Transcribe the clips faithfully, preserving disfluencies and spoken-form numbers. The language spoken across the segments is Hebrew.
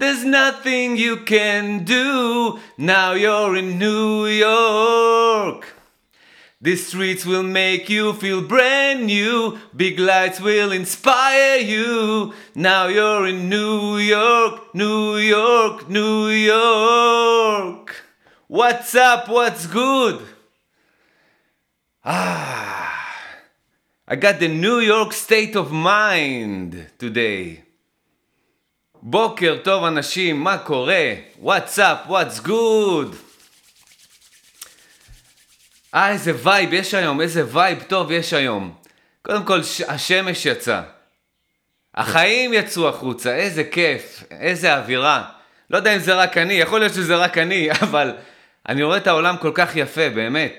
There's nothing you can do. Now you're in New York. The streets will make you feel brand new. Big lights will inspire you. Now you're in New York, New York, New York. What's up? What's good? Ah, I got the New York state of mind today. בוקר טוב אנשים, מה קורה? What's up? What's good? אה, איזה וייב יש היום, איזה וייב טוב יש היום. קודם כל, השמש יצא. החיים יצאו החוצה, איזה כיף, איזה אווירה. לא יודע אם זה רק אני, יכול להיות שזה רק אני, אבל אני רואה את העולם כל כך יפה, באמת.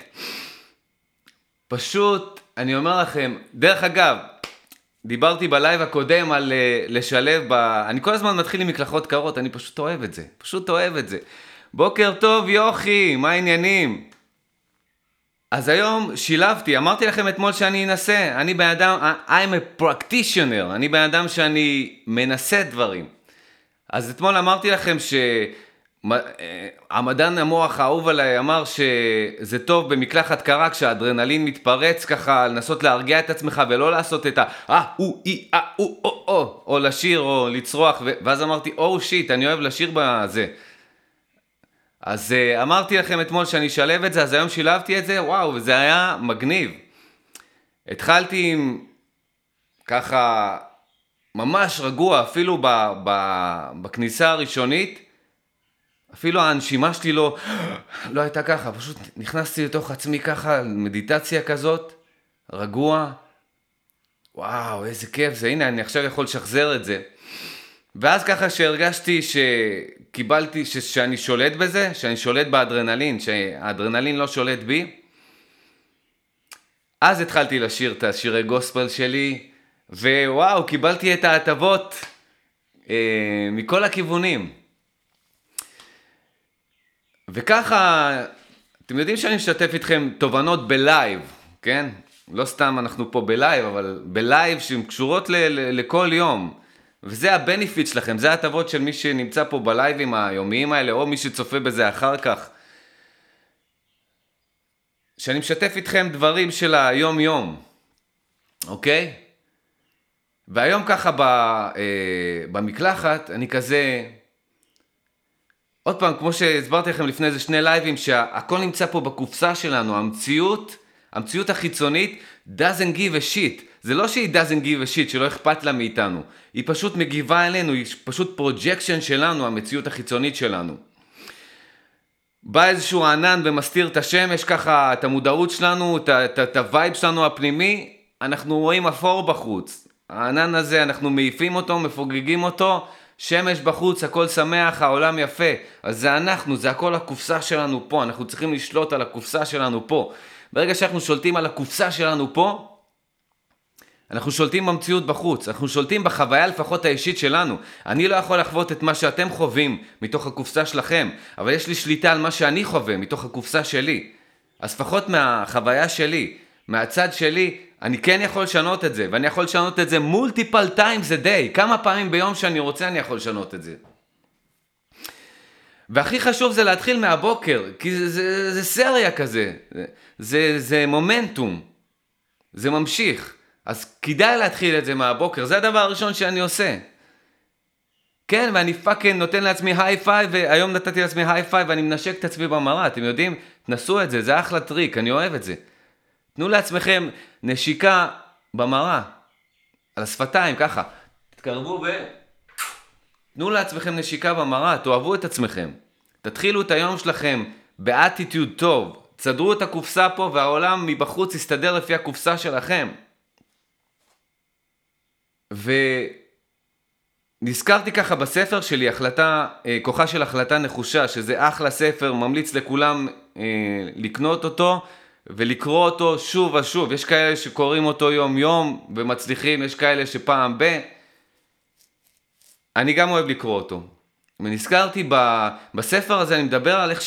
פשוט, אני אומר לכם, דרך אגב, דיברתי בלייב הקודם על uh, לשלב ב... אני כל הזמן מתחיל עם מקלחות קרות, אני פשוט אוהב את זה, פשוט אוהב את זה. בוקר טוב יוכי, מה העניינים? אז היום שילבתי, אמרתי לכם אתמול שאני אנסה, אני בן אדם, I'm a practitioner, אני בן אדם שאני מנסה דברים. אז אתמול אמרתי לכם שהמדען המוח האהוב עליי אמר שזה טוב במקלחת קרה כשהאדרנלין מתפרץ ככה, לנסות להרגיע את עצמך ולא לעשות את ה... אה, או, אי, אה, או, או, או, או לשיר או לצרוח, ואז אמרתי, או שיט, אני אוהב לשיר בזה. אז uh, אמרתי לכם אתמול שאני אשלב את זה, אז היום שילבתי את זה, וואו, וזה היה מגניב. התחלתי עם ככה ממש רגוע, אפילו ב, ב, בכניסה הראשונית, אפילו הנשימה שלי לא, לא הייתה ככה, פשוט נכנסתי לתוך עצמי ככה, מדיטציה כזאת, רגוע, וואו, איזה כיף זה, הנה אני עכשיו יכול לשחזר את זה. ואז ככה שהרגשתי שקיבלתי, ש- שאני שולט בזה, שאני שולט באדרנלין, שהאדרנלין לא שולט בי, אז התחלתי לשיר את השירי גוספל שלי, ווואו, קיבלתי את ההטבות אה, מכל הכיוונים. וככה, אתם יודעים שאני משתף איתכם תובנות בלייב, כן? לא סתם אנחנו פה בלייב, אבל בלייב שהן קשורות ל- ל- לכל יום. וזה הבנפיט שלכם, זה ההטבות של מי שנמצא פה בלייבים היומיים האלה, או מי שצופה בזה אחר כך. שאני משתף איתכם דברים של היום יום, אוקיי? והיום ככה ב, אה, במקלחת, אני כזה, עוד פעם, כמו שהסברתי לכם לפני איזה שני לייבים, שהכל נמצא פה בקופסה שלנו, המציאות, המציאות החיצונית, doesn't give a shit. זה לא שהיא doesn't give a shit, שלא אכפת לה מאיתנו. היא פשוט מגיבה אלינו, היא פשוט פרוג'קשן שלנו, המציאות החיצונית שלנו. בא איזשהו ענן ומסתיר את השמש ככה, את המודעות שלנו, את, את, את הווייב שלנו הפנימי, אנחנו רואים אפור בחוץ. הענן הזה, אנחנו מעיפים אותו, מפוגגים אותו, שמש בחוץ, הכל שמח, העולם יפה. אז זה אנחנו, זה הכל הקופסה שלנו פה, אנחנו צריכים לשלוט על הקופסה שלנו פה. ברגע שאנחנו שולטים על הקופסה שלנו פה, אנחנו שולטים במציאות בחוץ, אנחנו שולטים בחוויה לפחות האישית שלנו. אני לא יכול לחוות את מה שאתם חווים מתוך הקופסה שלכם, אבל יש לי שליטה על מה שאני חווה מתוך הקופסה שלי. אז לפחות מהחוויה שלי, מהצד שלי, אני כן יכול לשנות את זה, ואני יכול לשנות את זה multiple times a day. כמה פעמים ביום שאני רוצה אני יכול לשנות את זה. והכי חשוב זה להתחיל מהבוקר, כי זה, זה, זה סריה כזה, זה, זה מומנטום, זה ממשיך. אז כדאי להתחיל את זה מהבוקר, זה הדבר הראשון שאני עושה. כן, ואני פאקינג נותן לעצמי היי פייב, והיום נתתי לעצמי היי פייב, ואני מנשק את עצמי במראה, אתם יודעים? תנסו את זה, זה אחלה טריק, אני אוהב את זה. תנו לעצמכם נשיקה במראה, על השפתיים, ככה. תתקרבו ו... תנו לעצמכם נשיקה במראה, תאהבו את עצמכם. תתחילו את היום שלכם באטיטיוד טוב, תסדרו את הקופסה פה, והעולם מבחוץ יסתדר לפי הקופסה שלכם. ונזכרתי ככה בספר שלי, החלטה, כוחה של החלטה נחושה, שזה אחלה ספר, ממליץ לכולם אה, לקנות אותו ולקרוא אותו שוב ושוב. יש כאלה שקוראים אותו יום יום ומצליחים, יש כאלה שפעם ב... אני גם אוהב לקרוא אותו. ונזכרתי ב, בספר הזה, אני מדבר על איך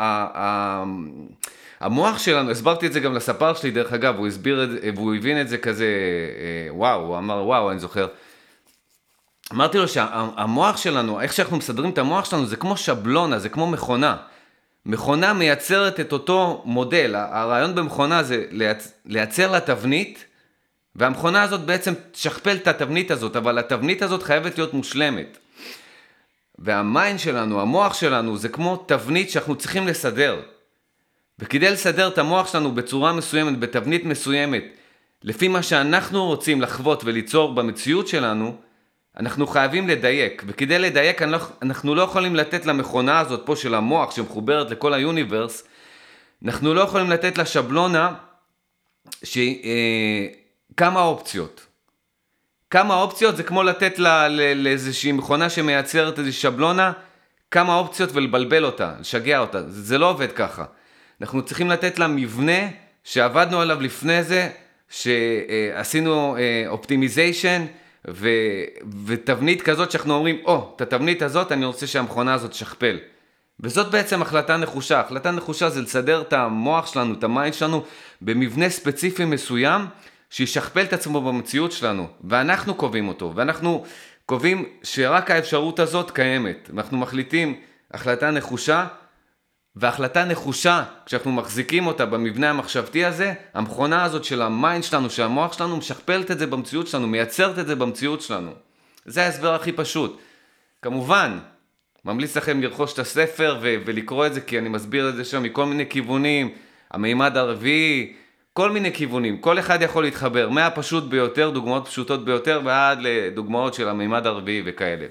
שהמוח שלנו, הסברתי את זה גם לספר שלי דרך אגב, הוא הסביר את זה, והוא הבין את זה כזה, וואו, הוא אמר וואו, אני זוכר. אמרתי לו שהמוח שלנו, איך שאנחנו מסדרים את המוח שלנו, זה כמו שבלונה, זה כמו מכונה. מכונה מייצרת את אותו מודל. הרעיון במכונה זה לייצר לה תבנית, והמכונה הזאת בעצם תשכפל את התבנית הזאת, אבל התבנית הזאת חייבת להיות מושלמת. והמיינד שלנו, המוח שלנו, זה כמו תבנית שאנחנו צריכים לסדר. וכדי לסדר את המוח שלנו בצורה מסוימת, בתבנית מסוימת, לפי מה שאנחנו רוצים לחוות וליצור במציאות שלנו, אנחנו חייבים לדייק. וכדי לדייק, אנחנו לא יכולים לתת למכונה הזאת פה של המוח, שמחוברת לכל היוניברס, אנחנו לא יכולים לתת לה שבלונה, שהיא אה, כמה אופציות. כמה אופציות זה כמו לתת לה לאיזושהי מכונה שמייצרת איזושהי שבלונה, כמה אופציות ולבלבל אותה, לשגע אותה. זה, זה לא עובד ככה. אנחנו צריכים לתת לה מבנה שעבדנו עליו לפני זה, שעשינו אופטימיזיישן, ו, ותבנית כזאת שאנחנו אומרים, או, את התבנית הזאת אני רוצה שהמכונה הזאת תשכפל. וזאת בעצם החלטה נחושה. החלטה נחושה זה לסדר את המוח שלנו, את המיינד שלנו, במבנה ספציפי מסוים, שישכפל את עצמו במציאות שלנו, ואנחנו קובעים אותו, ואנחנו קובעים שרק האפשרות הזאת קיימת. אנחנו מחליטים החלטה נחושה, והחלטה נחושה, כשאנחנו מחזיקים אותה במבנה המחשבתי הזה, המכונה הזאת של המיינד שלנו, של המוח שלנו, משכפלת את זה במציאות שלנו, מייצרת את זה במציאות שלנו. זה ההסבר הכי פשוט. כמובן, ממליץ לכם לרכוש את הספר ו- ולקרוא את זה, כי אני מסביר את זה שם מכל מיני כיוונים, המימד הרביעי, כל מיני כיוונים, כל אחד יכול להתחבר, מהפשוט ביותר, דוגמאות פשוטות ביותר, ועד לדוגמאות של המימד הרביעי וכאלה.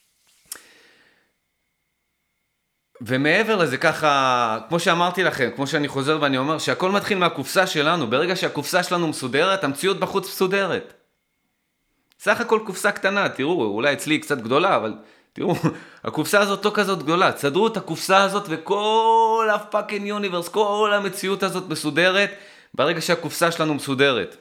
ומעבר לזה ככה, כמו שאמרתי לכם, כמו שאני חוזר ואני אומר, שהכל מתחיל מהקופסה שלנו. ברגע שהקופסה שלנו מסודרת, המציאות בחוץ מסודרת. סך הכל קופסה קטנה, תראו, אולי אצלי היא קצת גדולה, אבל תראו, הקופסה הזאת לא כזאת גדולה. תסדרו את הקופסה הזאת וכל הפאקינג יוניברס, כל המציאות הזאת מסודרת, ברגע שהקופסה שלנו מסודרת.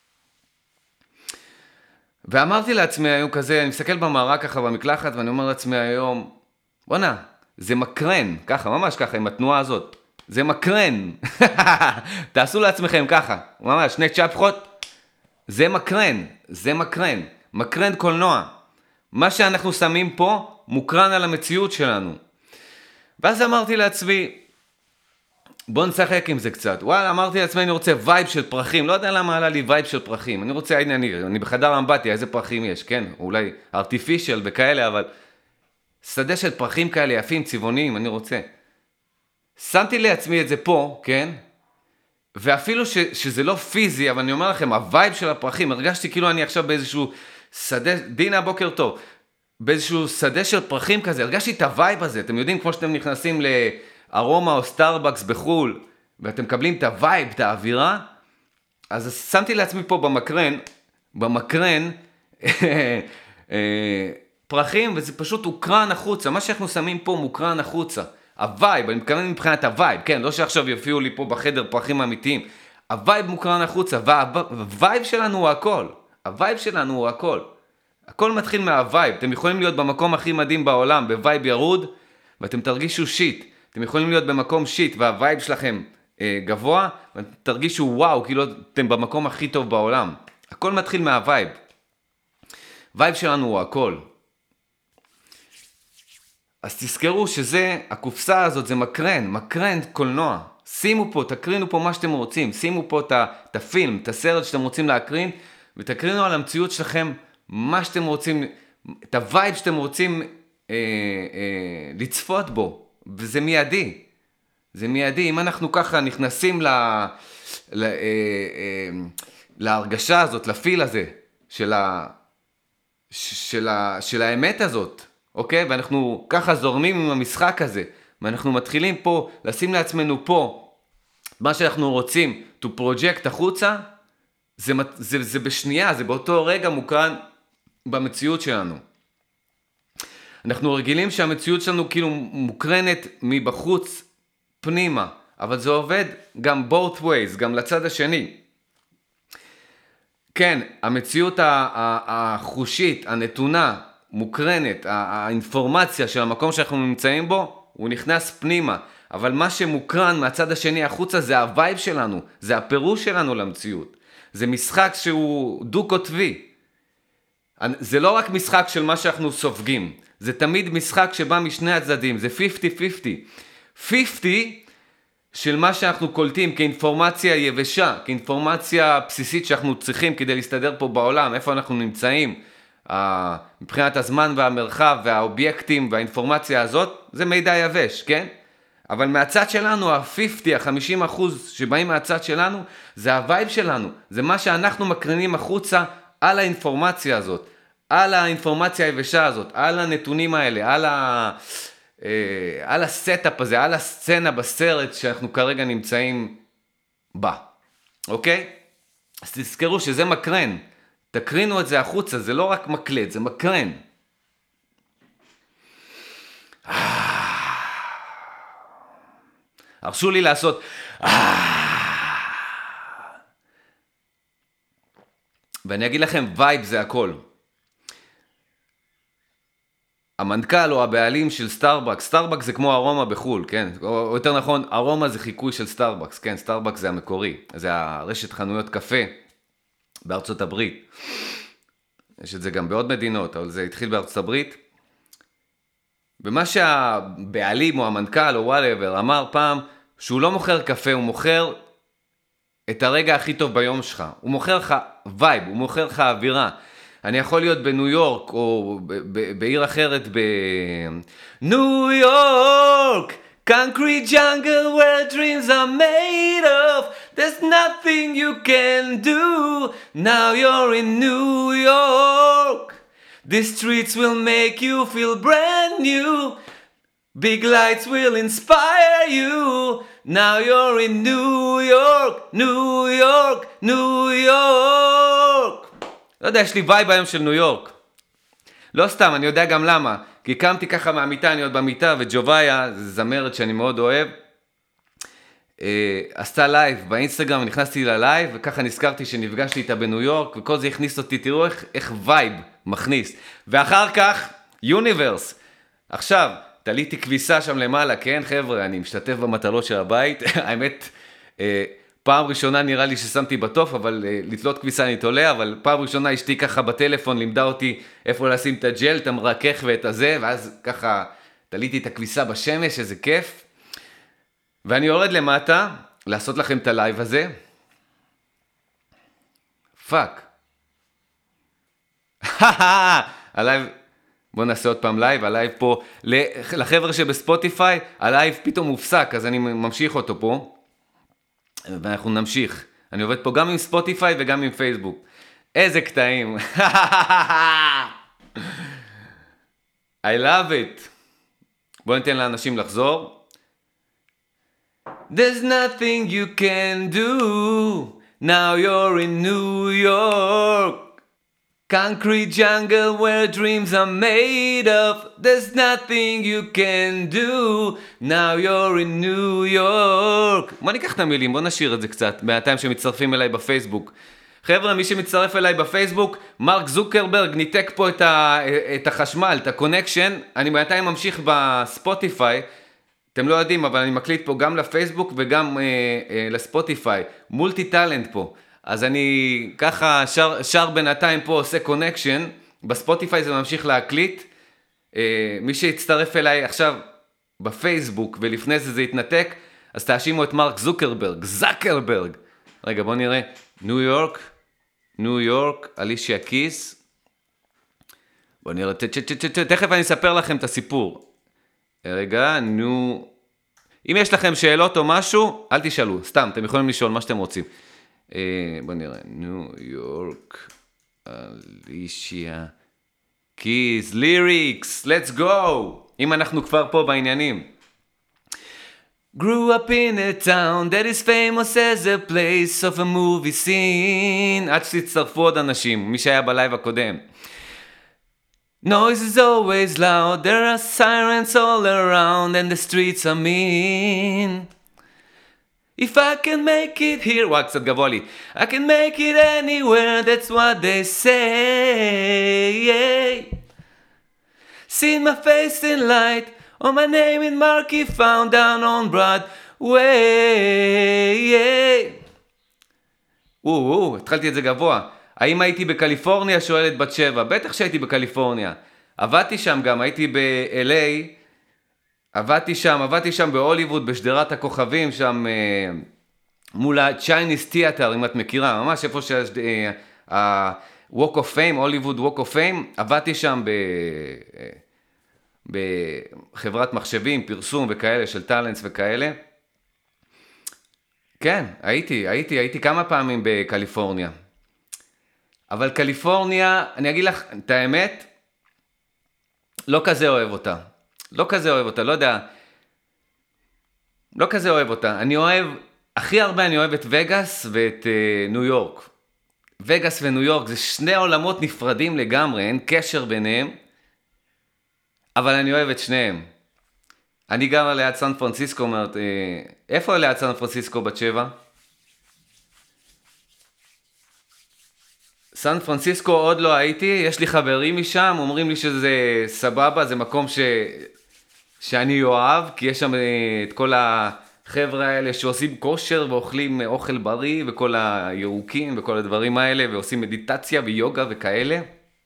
ואמרתי לעצמי היום כזה, אני מסתכל במראה ככה במקלחת, ואני אומר לעצמי היום, בוא'נה, זה מקרן, ככה, ממש ככה, עם התנועה הזאת. זה מקרן. תעשו לעצמכם ככה, ממש, שני צ'פחות. זה מקרן, זה מקרן. מקרן קולנוע. מה שאנחנו שמים פה, מוקרן על המציאות שלנו. ואז אמרתי לעצמי, בוא נשחק עם זה קצת. וואלה, אמרתי לעצמי, אני רוצה וייב של פרחים. לא יודע למה עלה לי וייב של פרחים. אני רוצה, הנה, אני, אני בחדר אמבטיה, איזה פרחים יש, כן? אולי ארטיפישל וכאלה, אבל שדה של פרחים כאלה יפים, צבעוניים, אני רוצה. שמתי לעצמי את זה פה, כן? ואפילו ש, שזה לא פיזי, אבל אני אומר לכם, הווייב של הפרחים, הרגשתי כאילו אני עכשיו באיזשהו שדה, דינה, בוקר טוב, באיזשהו שדה של פרחים כזה, הרגשתי את הווייב הזה. אתם יודעים, כמו שאתם נכנסים לארומה או סטארבקס בחול, ואתם מקבלים את הווייב, את האווירה, אז שמתי לעצמי פה במקרן, במקרן, פרחים, וזה פשוט הוקרן החוצה. מה שאנחנו שמים פה מוקרן החוצה. הווייב, אני מתכוון מבחינת הווייב, כן, לא שעכשיו יופיעו לי פה בחדר פרחים אמיתיים. הווייב מוקרן החוצה, והווייב שלנו הוא הכל. הווייב שלנו הוא הכל. הכל מתחיל מהווייב. אתם יכולים להיות במקום הכי מדהים בעולם, בווייב ירוד, ואתם תרגישו שיט. אתם יכולים להיות במקום שיט, והווייב שלכם אה, גבוה, ואתם תרגישו וואו, כאילו אתם במקום הכי טוב בעולם. הכל מתחיל מהווייב. הווייב שלנו הוא הכל. אז תזכרו שזה, הקופסה הזאת זה מקרן, מקרן קולנוע. שימו פה, תקרינו פה מה שאתם רוצים, שימו פה את הפילם, את הסרט שאתם רוצים להקרין, ותקרינו על המציאות שלכם מה שאתם רוצים, את הווייב שאתם רוצים אה, אה, לצפות בו, וזה מיידי. זה מיידי, אם אנחנו ככה נכנסים ל, ל, אה, אה, להרגשה הזאת, לפיל הזה, של, ה, של, ה, של האמת הזאת, אוקיי? ואנחנו ככה זורמים עם המשחק הזה, ואנחנו מתחילים פה, לשים לעצמנו פה, מה שאנחנו רוצים, to project החוצה, זה, זה, זה בשנייה, זה באותו רגע מוקרן במציאות שלנו. אנחנו רגילים שהמציאות שלנו כאילו מוקרנת מבחוץ פנימה, אבל זה עובד גם both ways, גם לצד השני. כן, המציאות החושית, הנתונה, מוקרנת, האינפורמציה של המקום שאנחנו נמצאים בו, הוא נכנס פנימה, אבל מה שמוקרן מהצד השני החוצה זה הווייב שלנו, זה הפירוש שלנו למציאות. זה משחק שהוא דו-קוטבי. זה לא רק משחק של מה שאנחנו סופגים, זה תמיד משחק שבא משני הצדדים, זה חמישים חמישים. חמישים של מה שאנחנו קולטים כאינפורמציה יבשה, כאינפורמציה בסיסית שאנחנו צריכים כדי להסתדר פה בעולם, איפה אנחנו נמצאים, מבחינת הזמן והמרחב והאובייקטים והאינפורמציה הזאת, זה מידע יבש, כן? אבל מהצד שלנו, ה-חמישים, ה-חמישים אחוז שבאים מהצד שלנו, זה הווייב שלנו, זה מה שאנחנו מקרינים החוצה על האינפורמציה הזאת, על האינפורמציה היבשה הזאת, על הנתונים האלה, על ה... על הסטאפ הזה, על הסצנה בסרט שאנחנו כרגע נמצאים בה, אוקיי? אז תזכרו שזה מקרן, תקרינו את זה החוצה, זה לא רק מקלט, זה מקרן. הרשו לי לעשות ואני אגיד לכם, וייב זה הכל. המנכ"ל או הבעלים של סטארבקס, סטארבקס זה כמו ארומה בחול, כן? או יותר נכון, ארומה זה חיקוי של סטארבקס, כן? סטארבקס זה המקורי, זה הרשת חנויות קפה בארצות הברית. יש את זה גם בעוד מדינות, אבל זה התחיל בארצות הברית. ומה שהבעלים או המנכ"ל או whatever אמר פעם, שהוא לא מוכר קפה, הוא מוכר את הרגע הכי טוב ביום שלך. הוא מוכר לך וייב, הוא מוכר לך אווירה. אני יכול להיות בניו יורק, או בעיר אחרת ב... ניו יורק! Concrete jungle where dreams are made of. There's nothing you can do. Now you're in New York. The streets will make you feel brand new. Big lights will inspire you. Now you're in New York, New York, New York. לא יודע, יש לי וייב היום של ניו יורק. לא סתם, אני יודע גם למה. כי קמתי ככה מהמיטה, אני עוד במיטה, וג'וביה, זו זמרת שאני מאוד אוהב, אה, עשתה לייב באינסטגרם, נכנסתי ללייב, וככה נזכרתי שנפגשתי איתה בניו יורק, וכל זה הכניס אותי, תראו איך, איך וייב מכניס. ואחר כך, יוניברס. עכשיו, תליתי כביסה שם למעלה, כן חבר'ה, אני משתתף במטלות של הבית, האמת, אה, פעם ראשונה נראה לי ששמתי בטוף, אבל uh, לתלות כביסה אני תולה, אבל פעם ראשונה אשתי ככה בטלפון לימדה אותי איפה לשים את הג'ל, את המרכך ואת הזה, ואז ככה תליתי את הכביסה בשמש, איזה כיף. ואני יורד למטה, לעשות לכם את הלייב הזה. פאק. הלייב, בואו נעשה עוד פעם לייב, הלייב פה, לחבר'ה שבספוטיפיי, הלייב פתאום מופסק, אז אני ממשיך אותו פה. ואנחנו נמשיך. אני עובד פה גם עם ספוטיפיי וגם עם פייסבוק. איזה קטעים. I love it. בואו ניתן לאנשים לחזור. There's nothing you can do. Now you're in New York. Concrete jungle where dreams are made of. There's nothing you can do. Now you're in New York. בוא ניקח את המילים, בוא נשאיר את זה קצת, מהטיים שמצטרפים אליי בפייסבוק. חבר'ה, מי שמצטרף אליי בפייסבוק, מרק זוקרברג ניתק פה את, ה, את החשמל, את הקונקשן. אני מהטיים ממשיך בספוטיפיי. אתם לא יודעים, אבל אני מקליט פה גם לפייסבוק וגם אה, אה, לספוטיפיי. מולטי טלנט פה. אז אני ככה שר, שר בינתיים פה עושה קונקשן, בספוטיפיי זה ממשיך להקליט, אה, מי שיצטרף אליי עכשיו בפייסבוק ולפני זה זה יתנתק, אז תאשימו את מרק זוקרברג, זקרברג. רגע בוא נראה, ניו יורק, ניו יורק, אלישיה קיס, בוא נראה, ת, ת, ת, ת, תכף אני אספר לכם את הסיפור. רגע, ניו, אם יש לכם שאלות או משהו, אל תשאלו, סתם, אתם יכולים לשאול מה שאתם רוצים. בוא נראה, ניו יורק, אלישיה קיס, ליריקס, let's go. אם אנחנו כבר פה בעניינים. Grew up in a town that is famous as a place of a movie scene. עד שתצטרפו עוד אנשים, מי שהיה בלייב הקודם. Noise is always loud, there are sirens all around and the streets are mean. If I can make it here, וואי, קצת גבוה לי. I can make it anywhere, that's what they say. See my face in light, or my name in marquee found down on Broadway. או, או, התחלתי את זה גבוה. האם הייתי בקליפורניה? שואלת בת שבע. בטח שהייתי בקליפורניה. עבדתי שם גם, הייתי ב-אל איי, עבדתי שם, עבדתי שם בהוליווד, בשדרת הכוכבים, שם אה, מול ה-Chinese Theater, אם את מכירה, ממש איפה שיש ה-Walk of Fame, הוליווד Walk of Fame, עבדתי שם ב... אה, בחברת מחשבים, פרסום וכאלה, של טלנטס וכאלה. כן, הייתי, הייתי, הייתי כמה פעמים בקליפורניה. אבל קליפורניה, אני אגיד לך את האמת, לא כזה אוהב אותה. לא כזה אוהב אותה, לא יודע. לא כזה אוהב אותה. אני אוהב, הכי הרבה אני אוהב את וגאס ואת uh, ניו יורק. וגאס וניו יורק זה שני עולמות נפרדים לגמרי, אין קשר ביניהם. אבל אני אוהב את שניהם. אני גר ליד סן פרנסיסקו, אומרת, איפה ליד סן פרנסיסקו בת שבע? סן פרנסיסקו עוד לא הייתי, יש לי חברים משם, אומרים לי שזה סבבה, זה מקום ש... שאני אוהב, כי יש שם את כל החבר'ה האלה שעושים כושר ואוכלים אוכל בריא, וכל הירוקים וכל הדברים האלה, ועושים מדיטציה ויוגה וכאלה.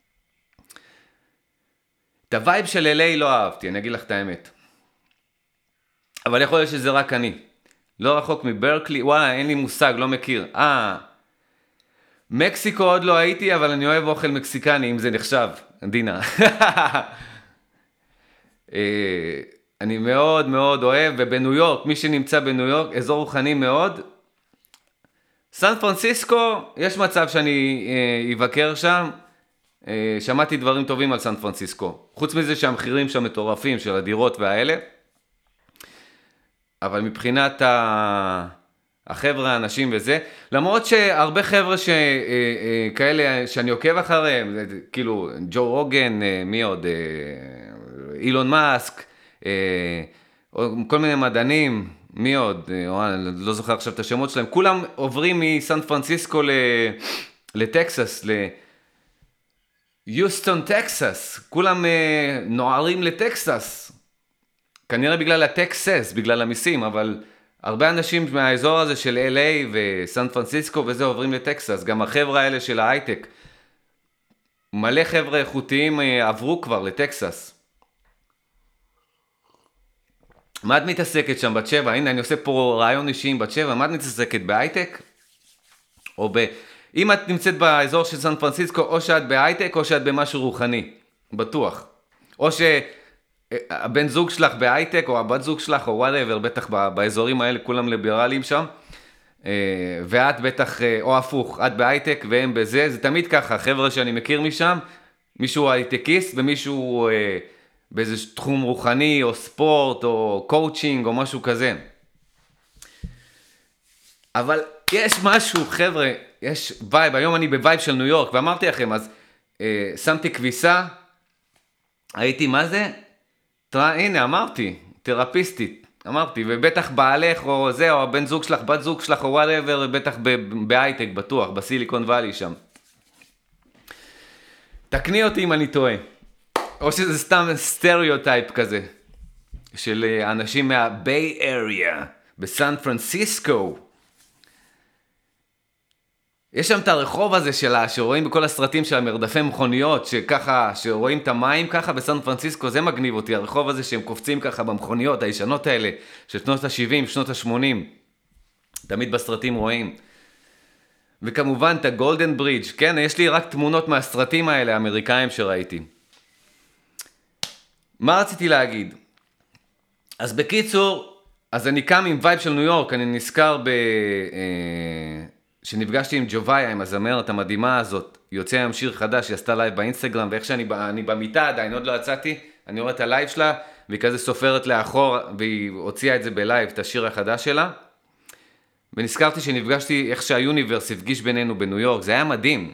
את הווייב של אל איי לא אהבתי, אני אגיד לך את האמת. אבל יכול להיות שזה רק אני. לא רחוק מברקלי, וואלה, אין לי מושג, לא מכיר. אה, מקסיקו עוד לא הייתי, אבל אני אוהב אוכל מקסיקני, אם זה נחשב, דינה. אני מאוד מאוד אוהב, ובניו יורק, מי שנמצא בניו יורק, אזור רוחני מאוד. סן פרנסיסקו, יש מצב שאני אבקר שם, שמעתי דברים טובים על סן פרנסיסקו. חוץ מזה שהמחירים שם מטורפים של הדירות והאלה. אבל מבחינת החבר'ה, האנשים וזה, למרות שהרבה חבר'ה כאלה שאני עוקב אחריהם, כאילו ג'ו רוגן, מי עוד, אילון מאסק, כל מיני מדענים, מי עוד, לא זוכר עכשיו את השמות שלהם, כולם עוברים מסן פרנסיסקו לטקסס, ליוסטון טקסס, כולם נוערים לטקסס, כנראה בגלל הטקסס, בגלל המיסים, אבל הרבה אנשים מהאזור הזה של אל איי וסן פרנסיסקו וזה עוברים לטקסס, גם החבר'ה האלה של ההייטק, מלא חבר'ה איכותיים עברו כבר לטקסס. מה את מתעסקת שם בת שבע? הנה אני עושה פה רעיון אישי עם בת שבע, מה את מתעסקת בהייטק? או ב... אם את נמצאת באזור של סן פרנסיסקו, או שאת בהייטק או שאת במשהו רוחני, בטוח. או ש... הבן זוג שלך בהייטק, או הבת זוג שלך, או whatever, בטח באזורים האלה, כולם ליברליים שם, ואת בטח, או הפוך, את בהייטק והם בזה, זה תמיד ככה, חבר'ה שאני מכיר משם, מישהו הייטקיסט, ומישהו באיזה תחום רוחני, או ספורט, או קואוצ'ינג, או משהו כזה. אבל יש משהו, חבר'ה, יש וייב, היום אני בווייב של ניו יורק, ואמרתי לכם, אז שמתי כביסה, הייתי, מה זה? תראה, הנה, אמרתי, תרפיסטית, אמרתי, ובטח בעלך או זה, או הבן זוג שלך, בת זוג שלך, או whatever, בטח בהייטק, בטוח, בסיליקון ואלי שם. תקני אותי אם אני טועה. או שזה סתם סטריאוטייפ כזה, של אנשים מהביי אריה, בסן פרנסיסקו. יש שם את הרחוב הזה שלה, שרואים בכל הסרטים של המרדפי מכוניות, שככה, שרואים את המים ככה בסן פרנסיסקו, זה מגניב אותי, הרחוב הזה שהם קופצים ככה במכוניות, הישנות האלה, של שנות ה-שבעים, שנות ה-שמונים, תמיד בסרטים רואים. וכמובן את הגולדן ברידג', כן, יש לי רק תמונות מהסרטים האלה, האמריקאים שראיתי. מה רציתי להגיד? אז בקיצור, אז אני קם עם וייב של ניו יורק, אני נזכר ב... שנפגשתי עם ג'וביה, עם הזמרת המדהימה הזאת, יוצא היום שיר חדש, היא עשתה לייב באינסטגרם, ואיך שאני אני במיטה עדיין, עוד לא יצאתי, אני רואה את הלייב שלה, והיא כזה סופרת לאחור, והיא הוציאה את זה בלייב, את השיר החדש שלה, ונזכרתי שנפגשתי איך שהיוניברס הפגיש בינינו בניו יורק, זה היה מדהים.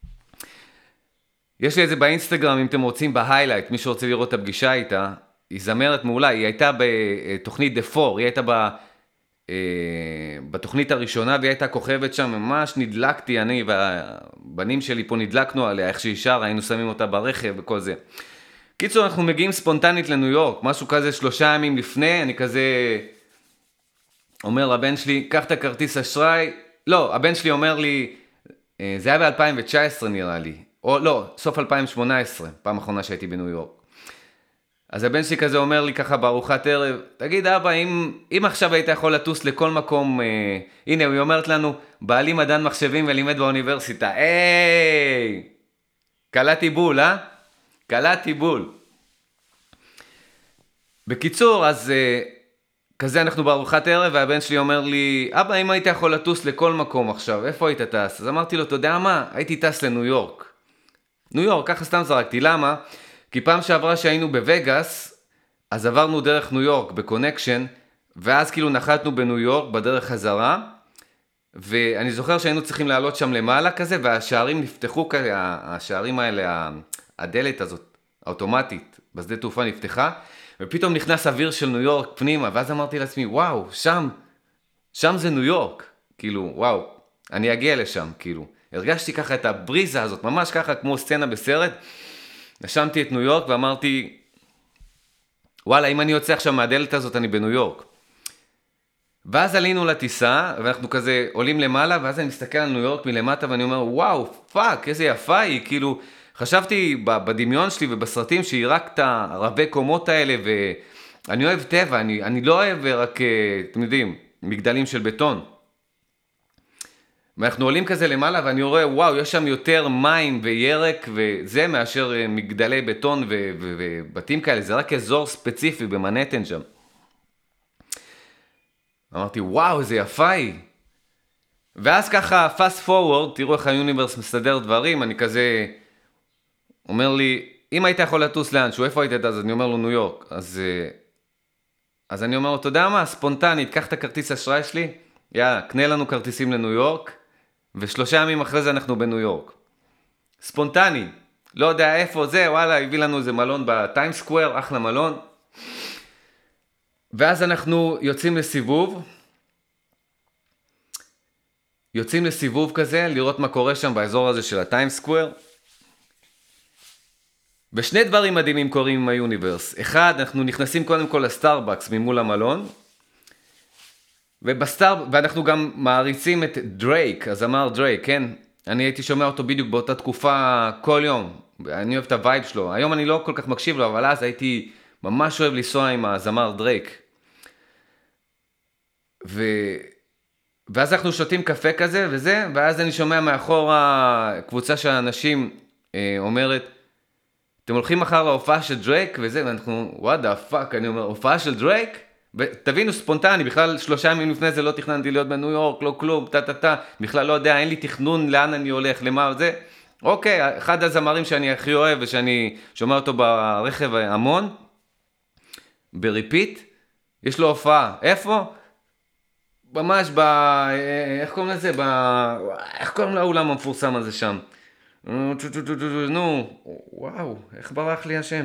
יש לי את זה באינסטגרם, אם אתם רוצים בהיילייט, מי שרוצה לראות את הפגישה איתה, היא זמרת מעולה, היא הייתה בתוכנית The Four, היא הייתה ב... בתוכנית הראשונה, והיא הייתה כוכבת שם, ממש נדלקתי, אני והבנים שלי פה נדלקנו עליה, איך שהיא שרה, היינו שמים אותה ברכב וכל זה. קיצור, אנחנו מגיעים ספונטנית לניו יורק, משהו כזה שלושה ימים לפני, אני כזה אומר לבן שלי, קח את הכרטיס אשראי, לא, הבן שלי אומר לי, אה, זה היה ב-אלפיים תשע עשרה נראה לי, או לא, סוף אלפיים שמונה עשרה, פעם אחרונה שהייתי בניו יורק. אז הבן שלי כזה אומר לי ככה בארוחת ערב, תגיד אבא, אם, אם עכשיו היית יכול לטוס לכל מקום, אה, הנה, היא אומרת לנו, בעלי מדען מחשבים ולימד באוניברסיטה, היי, קלעתי בול, אה? קלעתי בול. בקיצור, אז אה, כזה אנחנו בארוחת ערב, והבן שלי אומר לי, אבא, אם היית יכול לטוס לכל מקום עכשיו, איפה היית טס? אז אמרתי לו, אתה יודע מה? הייתי טס לניו יורק. ניו יורק, ככה סתם זרקתי, למה? כי פעם שעברה שהיינו בווגאס, אז עברנו דרך ניו יורק בקונקשן, ואז כאילו נחתנו בניו יורק בדרך חזרה, ואני זוכר שהיינו צריכים לעלות שם למעלה כזה, והשערים נפתחו כזה, השערים האלה, הדלת הזאת, האוטומטית, בשדה תעופה נפתחה, ופתאום נכנס אוויר של ניו יורק פנימה, ואז אמרתי לעצמי, וואו, שם, שם זה ניו יורק, כאילו, וואו, אני אגיע לשם, כאילו. הרגשתי ככה את הבריזה הזאת, ממש ככה כמו סצנה בסרט, נשמתי את ניו יורק ואמרתי, וואלה, אם אני יוצא עכשיו מהדלת הזאת, אני בניו יורק. ואז עלינו לטיסה, ואנחנו כזה עולים למעלה, ואז אני מסתכל על ניו יורק מלמטה, ואני אומר, וואו, פאק, איזה יפה היא, כאילו, חשבתי בדמיון שלי ובסרטים שהיא רק את הרבי קומות האלה, ואני אוהב טבע, אני, אני לא אוהב רק, אתם יודעים, מגדלים של בטון. ואנחנו עולים כזה למעלה, ואני רואה, וואו, יש שם יותר מים וירק וזה, מאשר מגדלי בטון ו- ו- ובתים כאלה, זה רק אזור ספציפי במנהטן שם. אמרתי, וואו, איזה יפה היא. ואז ככה, fast forward, תראו איך היוניברס מסדר דברים, אני כזה, אומר לי, אם היית יכול לטוס לאנשהו, איפה היית? אז אני אומר לו, ניו יורק. אז, אז אני אומר לו, אתה יודע מה, ספונטנית, קח את הכרטיס אשראי שלי, יאללה, קנה לנו כרטיסים לניו יורק, ושלושה ימים אחרי זה אנחנו בניו יורק. ספונטני, לא יודע איפה זה, וואלה, הביא לנו איזה מלון בטיים סקוואר, אחלה מלון. ואז אנחנו יוצאים לסיבוב, יוצאים לסיבוב כזה, לראות מה קורה שם באזור הזה של הטיים סקוואר. ושני דברים מדהימים קורים עם היוניברס. אחד, אנחנו נכנסים קודם כל לסטארבקס ממול המלון, ובסטאר, ואנחנו גם מעריצים את דרייק, אז אמר דרייק, כן? אני הייתי שומע אותו בדיוק באותה תקופה כל יום, אני אוהב את הווייב שלו, היום אני לא כל כך מקשיב לו, אבל אז הייתי ממש אוהב לנסוע עם הזמר דרייק. ו... ואז אנחנו שותים קפה כזה וזה, ואז אני שומע מאחור הקבוצה של האנשים אה, אומרת, אתם הולכים מחר להופעה של דרייק וזה, ואנחנו, what the fuck, אני אומר, הופעה של דרייק? ותבינו, ספונטני, בכלל שלושה ימים לפני זה לא תכננתי להיות בניו יורק, לא כלום, טה-טה-טה, בכלל לא יודע, אין לי תכנון לאן אני הולך, למה זה. אוקיי, אחד הזמרים שאני הכי אוהב ושאני שומע אותו ברכב המון, בריפיט, יש לו הופעה. איפה? ממש ב... איך קוראים לזה? ב... איך קוראים לאולם המפורסם הזה שם? נו, וואו, איך ברח לי השם?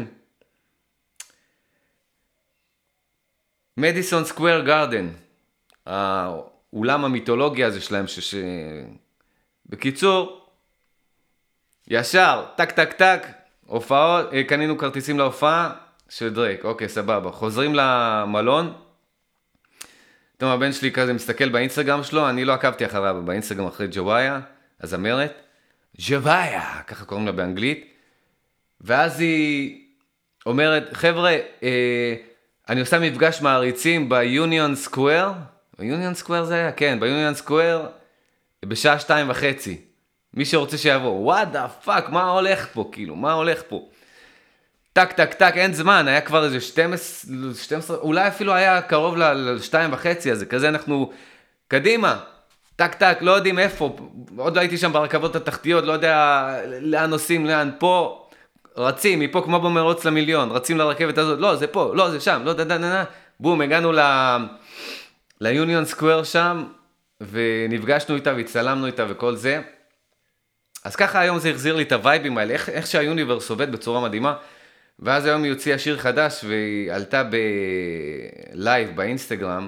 מדיסון סקוואר גארדן, האולם המיתולוגי הזה שלהם, ש... ש... בקיצור, ישר, טק טק טק, הופעות, קנינו כרטיסים להופעה של דרייק, אוקיי, סבבה, חוזרים למלון, פתאום הבן שלי כזה מסתכל באינסטגרם שלו, אני לא עקבתי אחריו באינסטגרם אחרי ג'וויה, הזמרת, ג'וויה, ככה קוראים לה באנגלית, ואז היא אומרת, חבר'ה, אה, אני עושה מפגש מעריצים ביוניון סקוואר, ביוניון סקוואר זה היה? כן, ביוניון סקוואר, בשעה שתיים וחצי. מי שרוצה שיבוא, what the fuck, מה הולך פה, כאילו, מה הולך פה? טק, טק, טק, אין זמן, היה כבר איזה שתים עשרה, אולי אפילו היה קרוב ל-שתיים וחצי, אז כזה אנחנו, קדימה, טק, טק, לא יודעים איפה, עוד לא הייתי שם ברכבות התחתיות, לא יודע לאן נוסעים, לאן פה, רצים, מפה כמו במרוץ למיליון, רצים לרכבת הזאת, לא, זה פה, לא, זה שם, לא, דה, דה, דה, דה, בום, הגענו ל... ליוניון סקוואר שם, ונפגשנו איתה והצטלמנו איתה וכל זה. אז ככה היום זה החזיר לי את הווייבים האלה, איך, איך שהיוניברס עובד בצורה מדהימה, ואז היום היא הוציאה שיר חדש, והיא עלתה בלייב באינסטגרם,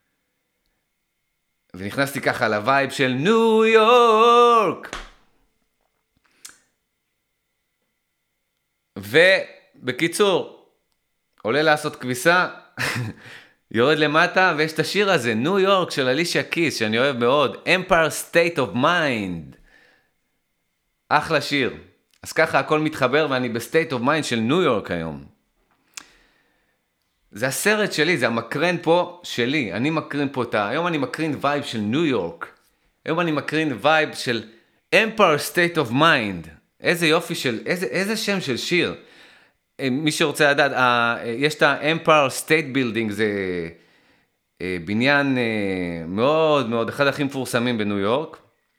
ונכנסתי ככה לווייב של ניו יורק. ובקיצור, עולה לעשות כביסה, יורד למטה, ויש את השיר הזה, ניו יורק של אלישיה קיס, שאני אוהב מאוד, Empire State of Mind. אחלה שיר. אז ככה הכל מתחבר ואני בסטייט אוף מיינד של ניו יורק היום. זה הסרט שלי, זה המקרן פה שלי. אני מקרין פה את ה... היום אני מקרין וייב של ניו יורק. היום אני מקרין וייב של Empire State of Mind. איזה יופי של... איזה, איזה שם של שיר. מי שרוצה לדעת, יש את ה-Empire State Building, זה בניין מאוד מאוד, אחד הכי מפורסמים בניו יורק.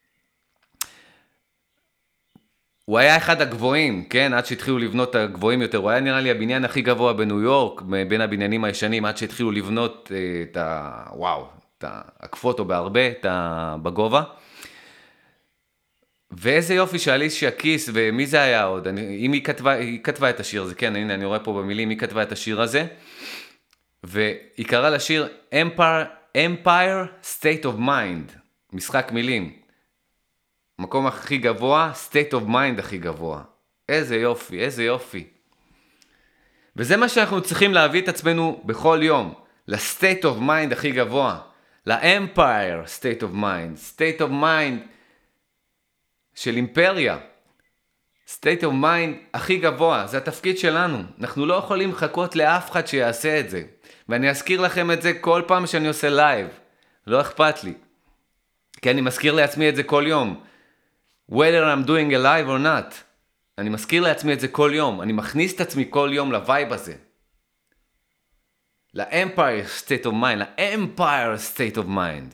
הוא היה אחד הגבוהים, כן, עד שהתחילו לבנות את הגבוהים יותר. הוא היה נראה לי הבניין הכי גבוה בניו יורק, בין הבניינים הישנים, עד שהתחילו לבנות את ה... וואו, את ה... עקפו אותו בהרבה, את ה... בגובה. ואיזה יופי שאליסיה קיס, ומי זה היה עוד? אני, אם היא כתבה, היא כתבה את השיר הזה, כן, הנה, אני רואה פה במילים, היא כתבה את השיר הזה, והיא קראה לשיר Empire, Empire State of Mind, משחק מילים. מקום הכי גבוה, State of Mind הכי גבוה. איזה יופי, איזה יופי. וזה מה שאנחנו צריכים להביא את עצמנו בכל יום, ל-State of Mind הכי גבוה, ל-Empire State of Mind, State of Mind של אימפריה, state of mind הכי גבוה, זה התפקיד שלנו. אנחנו לא יכולים לחכות לאף אחד שיעשה את זה. ואני אזכיר לכם את זה כל פעם שאני עושה לייב. לא אכפת לי. כי אני מזכיר לעצמי את זה כל יום. whether I'm doing a live or not. אני מזכיר לעצמי את זה כל יום. אני מכניס את עצמי כל יום לווייב הזה. ל-Empire state of mind, ל-Empire state of mind.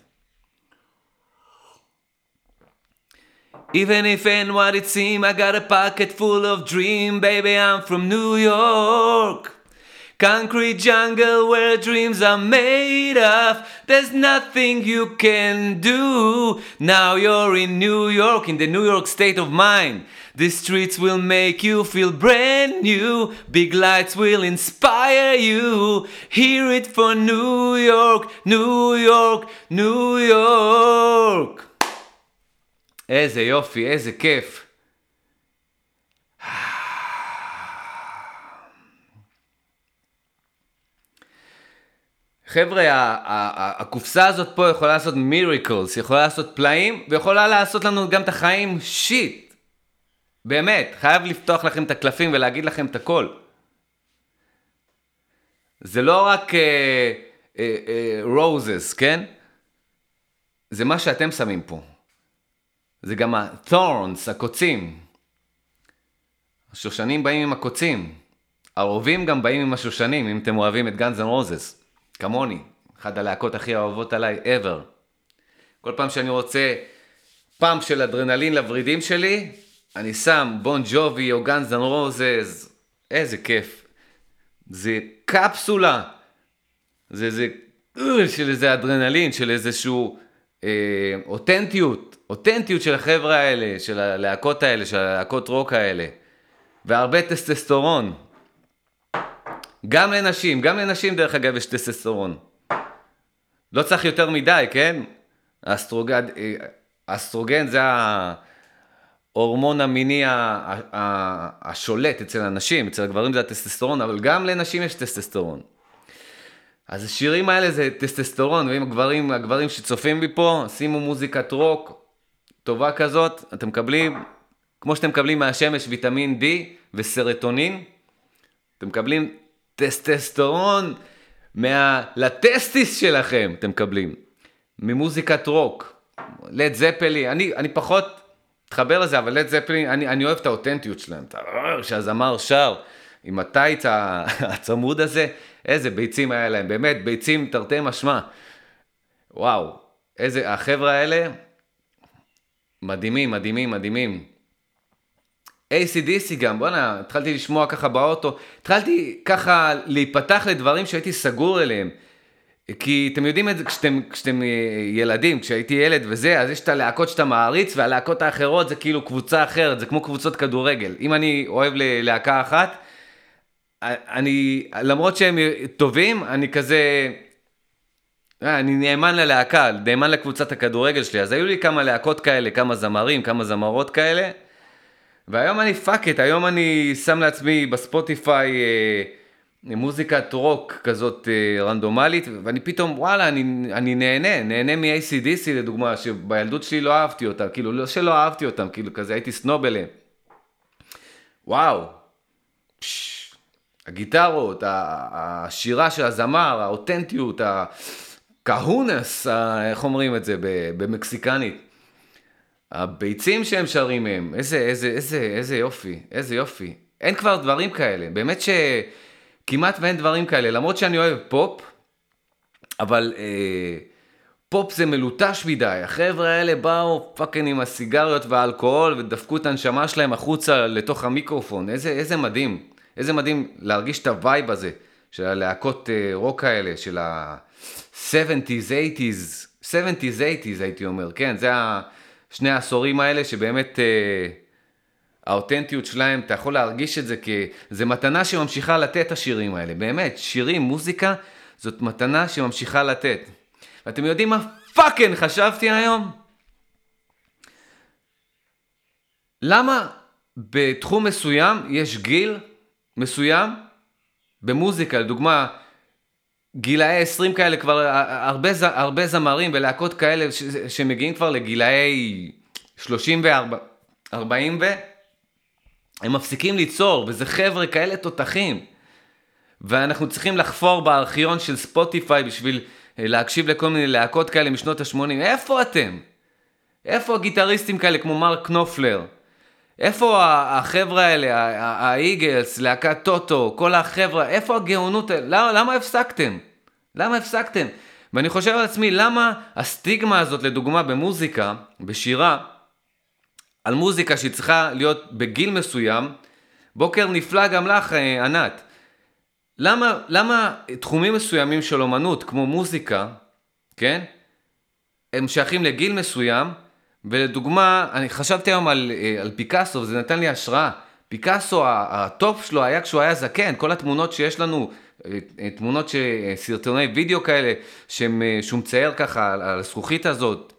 Even if ain't what it seems, I got a pocket full of dreams, baby, I'm from New York. Concrete jungle where dreams are made of, there's nothing you can do. Now you're in New York, in the New York state of mind. The streets will make you feel brand new, big lights will inspire you. Hear it for New York, New York, New York. איזה יופי, איזה כיף. חבר'ה, הקופסה הזאת פה יכולה לעשות מיריקלס, יכולה לעשות פלאים, ויכולה לעשות לנו גם את החיים שיט. באמת, חייב לפתוח לכם את הקלפים ולהגיד לכם את הכל. זה לא רק רוזס, כן? זה מה שאתם שמים פה. זה גם ה-thorns, הקוצים. השושנים באים עם הקוצים. הרובים גם באים עם השושנים, אם אתם אוהבים את גאנז אנד רוזס. כמוני, אחד הלהקות הכי אוהבות עליי, ever. כל פעם שאני רוצה פאמפ של אדרנלין לברידים שלי, אני שם בון ג'ובי או גאנז אנד רוזס. איזה כיף. זה קפסולה. זה זה של איזה אדרנלין, של איזשהו אה, אותנטיות. אותנטיות של החבר'ה האלה, של הלהקות האלה, של הלהקות רוק האלה. והרבה טסטסטורון. גם לנשים, גם לנשים דרך אגב יש טסטסטורון. לא צריך יותר מדי, כן? האסטרוגן, האסטרוגן זה ההורמון המיני השולט אצל הנשים, אצל הגברים זה הטסטסטורון, אבל גם לנשים יש טסטסטורון. אז השירים האלה זה טסטסטורון, ואם הגברים, הגברים שצופים בי פה, שימו מוזיקת רוק טובה כזאת, אתם מקבלים, כמו שאתם מקבלים מהשמש ויטמין D וסרטונין, אתם מקבלים טסטסטורון מה... לטסטיס שלכם, אתם מקבלים, ממוזיקת רוק, לד זפלי, אני, אני פחות מתחבר לזה, אבל לד זפלי, אני, אני אוהב את האותנטיות שלהם, שהזמר שר, עם הטייץ הצמוד הזה, איזה ביצים היה להם, באמת, ביצים תרתי משמע, וואו, איזה, החבר'ה האלה, מדהימים, מדהימים, מדהימים. איי סי די סי גם, בוא'נה, התחלתי לשמוע ככה באוטו, התחלתי ככה להיפתח לדברים שהייתי סגור אליהם, כי אתם יודעים את זה, כשאתם, כשאתם ילדים, כשהייתי ילד וזה, אז יש את הלהקות שאתה מעריץ, והלהקות האחרות זה כאילו קבוצה אחרת, זה כמו קבוצות כדורגל. אם אני אוהב ללהקה אחת, אני, למרות שהם טובים, אני כזה, אני נאמן ללהקה, נאמן לקבוצת הכדורגל שלי, אז היו לי כמה להקות כאלה, כמה זמרים, כמה זמרות כאלה, והיום אני פאק את, היום אני שם לעצמי בספוטיפיי, מוזיקת רוק כזאת אה, רנדומלית, ואני פתאום, וואלה, אני, אני נהנה, נהנה מ-איי סי די סי לדוגמה, שבילדות שלי לא אהבתי אותם, כאילו, לא שלא אהבתי אותם, כאילו, כזה הייתי סנוב אליהם. וואו, פש, הגיטרות, ה- השירה של הזמר, האותנטיות, הקהונס, ה- איך אומרים את זה ב- במקסיקנית. הביצים שהם שרים מהם, איזה, איזה, איזה, איזה יופי, איזה יופי. אין כבר דברים כאלה, באמת שכמעט ואין דברים כאלה, למרות שאני אוהב פופ, אבל אה, פופ זה מלוטש מדי, החבר'ה האלה באו פאקינג עם הסיגריות והאלכוהול, ודפקו את הנשמה שלהם החוצה לתוך המיקרופון, איזה, איזה מדהים, איזה מדהים להרגיש את הווייב הזה, של הלהקות אה, רוק האלה, של ה-שבעים, שמונים, שבעים, שמונים הייתי אומר, כן, זה ה... שני העשורים האלה שבאמת אה, האותנטיות שלהם, אתה יכול להרגיש את זה כי זה מתנה שממשיכה לתת השירים האלה, באמת, שירים, מוזיקה, זאת מתנה שממשיכה לתת. ואתם יודעים מה פאקן חשבתי היום? למה בתחום מסוים יש גיל מסוים במוזיקה, לדוגמה, גילאי עשרים כאלה, כבר הרבה, הרבה זמרים ולהקות כאלה ש, שמגיעים כבר לגילאי שלושים ו-ארבעים ו... הם מפסיקים ליצור, וזה חבר'ה כאלה תותחים. ואנחנו צריכים לחפור בארכיון של ספוטיפיי בשביל להקשיב לכל מיני להקות כאלה משנות ה-שמונים. איפה אתם? איפה הגיטריסטים כאלה כמו מרק נופלר? איפה החבר'ה האלה, האיגלס, להקת טוטו, כל החבר'ה, איפה הגאונות האלה? למה, למה הפסקתם? למה הפסקתם? ואני חושב על עצמי, למה הסטיגמה הזאת, לדוגמה, במוזיקה, בשירה, על מוזיקה שהיא צריכה להיות בגיל מסוים, בוקר נפלא גם לך, ענת. למה, למה תחומים מסוימים של אומנות, כמו מוזיקה, כן? הם שייכים לגיל מסוים, ולדוגמה, אני חשבתי היום על, על פיקאסו, וזה נתן לי השראה. פיקאסו, הטופ שלו היה כשהוא היה זקן, כל התמונות שיש לנו, תמונות ש... סרטוני וידאו כאלה, שהוא מצייר ככה על הזכוכית הזאת,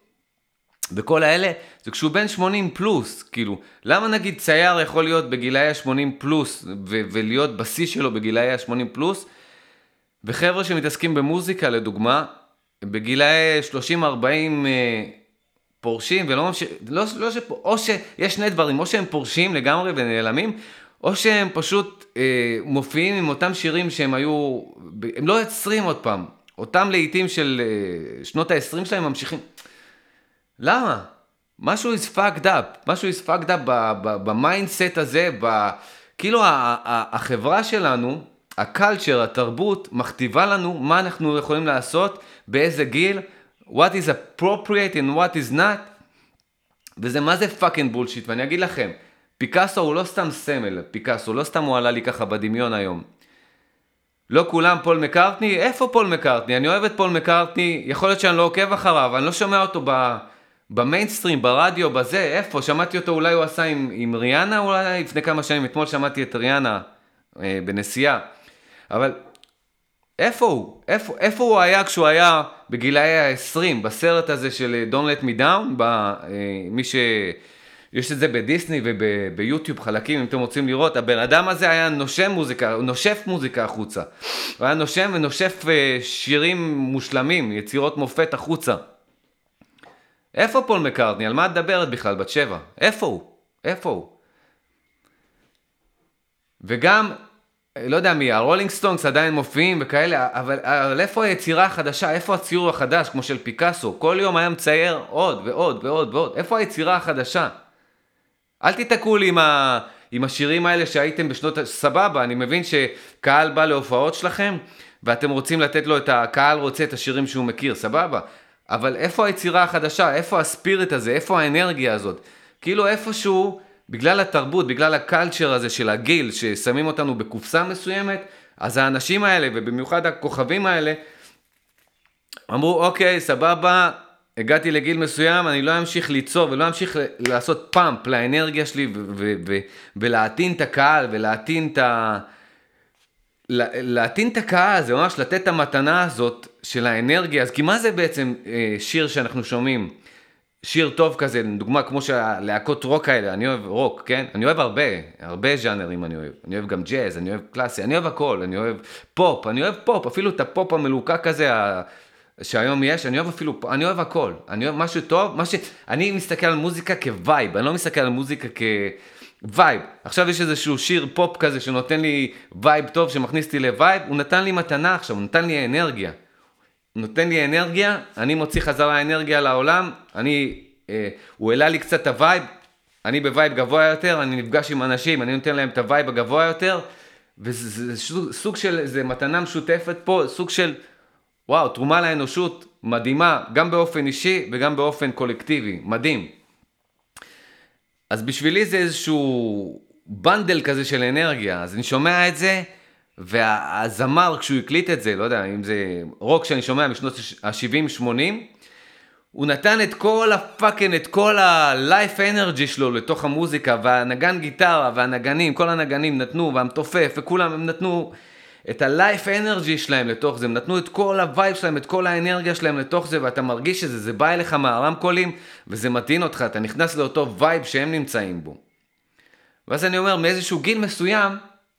וכל האלה, זה כשהוא בן שמונים פלוס, כאילו, למה נגיד צייר יכול להיות בגילאי ה-שמונים פלוס, ו- ולהיות בשיא שלו בגילאי ה-שמונים פלוס, וחבר'ה שמתעסקים במוזיקה, לדוגמה, בגילאי שלושים ארבעים אה, פורשים, ולא ממש... לא, לא ש... או שיש שני דברים, או שהם פורשים לגמרי ונעלמים, או שהם פשוט אה, מופיעים עם אותם שירים שהם היו, הם לא יוצרים עוד פעם, אותם לעיתים של אה, שנות ה-עשרים שלהם ממשיכים. למה? משהו is fucked up, משהו is fucked up במיינדסט הזה, ב... כאילו החברה שלנו, הקלצ'ר, התרבות, מכתיבה לנו מה אנחנו יכולים לעשות, באיזה גיל, what is appropriate and what is not, וזה מה זה fucking bullshit, ואני אגיד לכם, פיקאסו הוא לא סתם סמל, פיקאסו, לא סתם הוא עלה לי ככה בדמיון היום. לא כולם פול מקארטני, איפה פול מקארטני? אני אוהב את פול מקארטני, יכול להיות שאני לא עוקב אחריו, אני לא שומע אותו ב... במיינסטרים, ברדיו, בזה, איפה? שמעתי אותו, אולי הוא עשה עם, עם ריאנה, אולי לפני כמה שנים, אתמול שמעתי את ריאנה אה, בנסיעה. אבל איפה הוא? איפה, איפה הוא היה כשהוא היה בגילאי ה-עשרים, בסרט הזה של Don't Let Me Down, ב, אה, מי ש... יש את זה בדיסני וביוטיוב חלקים, אם אתם רוצים לראות, הבן אדם הזה היה נושם מוזיקה, הוא נושף מוזיקה החוצה. הוא היה נושם ונושף אה, שירים מושלמים, יצירות מופת החוצה. איפה פול מקארטני? על מה את מדברת בכלל? בת שבע. איפה הוא? איפה הוא? וגם, לא יודע מי, הרולינג סטונגס עדיין מופיעים וכאלה, אבל, אבל איפה היצירה החדשה? איפה הציור החדש, כמו של פיקאסו? כל יום היה מצייר עוד ועוד ועוד ועוד. איפה היצירה החדשה? אל תתקעו לי עם, ה, עם השירים האלה שהייתם בשנות... סבבה, אני מבין שקהל בא להופעות שלכם, ואתם רוצים לתת לו את הקהל רוצה את השירים שהוא מכיר, סבבה. אבל איפה היצירה החדשה? איפה הספיריט הזה? איפה האנרגיה הזאת? כאילו איפשהו, בגלל התרבות, בגלל הקלצ'ר הזה של הגיל, ששמים אותנו בקופסה מסוימת, אז האנשים האלה, ובמיוחד הכוכבים האלה, אמרו, אוקיי, סבבה, הגעתי לגיל מסוים, אני לא אמשיך ליצור, ולא אמשיך לעשות פאמפ לאנרגיה שלי, ולהטין את הקהל, ולהטין את ה... להטין את הקהל, זה ממש לתת את המתנה הזאת של האנרגיה. אז כי מה זה בעצם שיר שאנחנו שומעים? שיר טוב כזה, דוגמה כמו שהלהקות רוק האלה, אני אוהב רוק, כן? אני אוהב הרבה, הרבה ז'אנרים אני אוהב. אני אוהב גם ג'אז, אני אוהב קלאסי, אני אוהב הכל, אני אוהב פופ, אני אוהב פופ, אפילו את הפופ המלוקה כזה שהיום יש, אני אוהב אפילו, אני אוהב הכל. אני אוהב משהו טוב, משהו, אני מסתכל על מוזיקה כווייב, אני לא מסתכל על מוזיקה כווייב. עכשיו יש איזשהו שיר פופ כזה שנותן לי וייב טוב, שמכניס אותי לווייב, הוא נתן לי מתנה עכשיו, הוא נתן לי אנרגיה. נותן לי אנרגיה, אני מוציא חזרה אנרגיה לעולם, אני, אה, הוא העלה לי קצת את הווייב, אני בווייב גבוה יותר, אני נפגש עם אנשים, אני נותן להם את הווייב הגבוה יותר, וזה סוג של, זה מתנה משותפת פה, סוג של, וואו, תרומה לאנושות מדהימה, גם באופן אישי וגם באופן קולקטיבי, מדהים. אז בשבילי זה איזשהו בנדל כזה של אנרגיה, אז אני שומע את זה, והזמר כשהוא הקליט את זה, לא יודע אם זה רוק שאני שומע משנות ה-שבעים שמונים, הוא נתן את כל הפאקן, את כל ה-life energy שלו לתוך המוזיקה, והנגן גיטרה והנגנים, כל הנגנים נתנו, והמתופף וכולם הם נתנו את ה-life energy שלהם לתוך זה, הם נתנו את כל הווייב שלהם, את כל האנרגיה שלהם לתוך זה, ואתה מרגיש שזה, זה בא אליך מהרמקולים, וזה מתאים אותך, אתה נכנס לאותו וייב שהם נמצאים בו. ואז אני אומר, מאיזשהו גיל מסוים,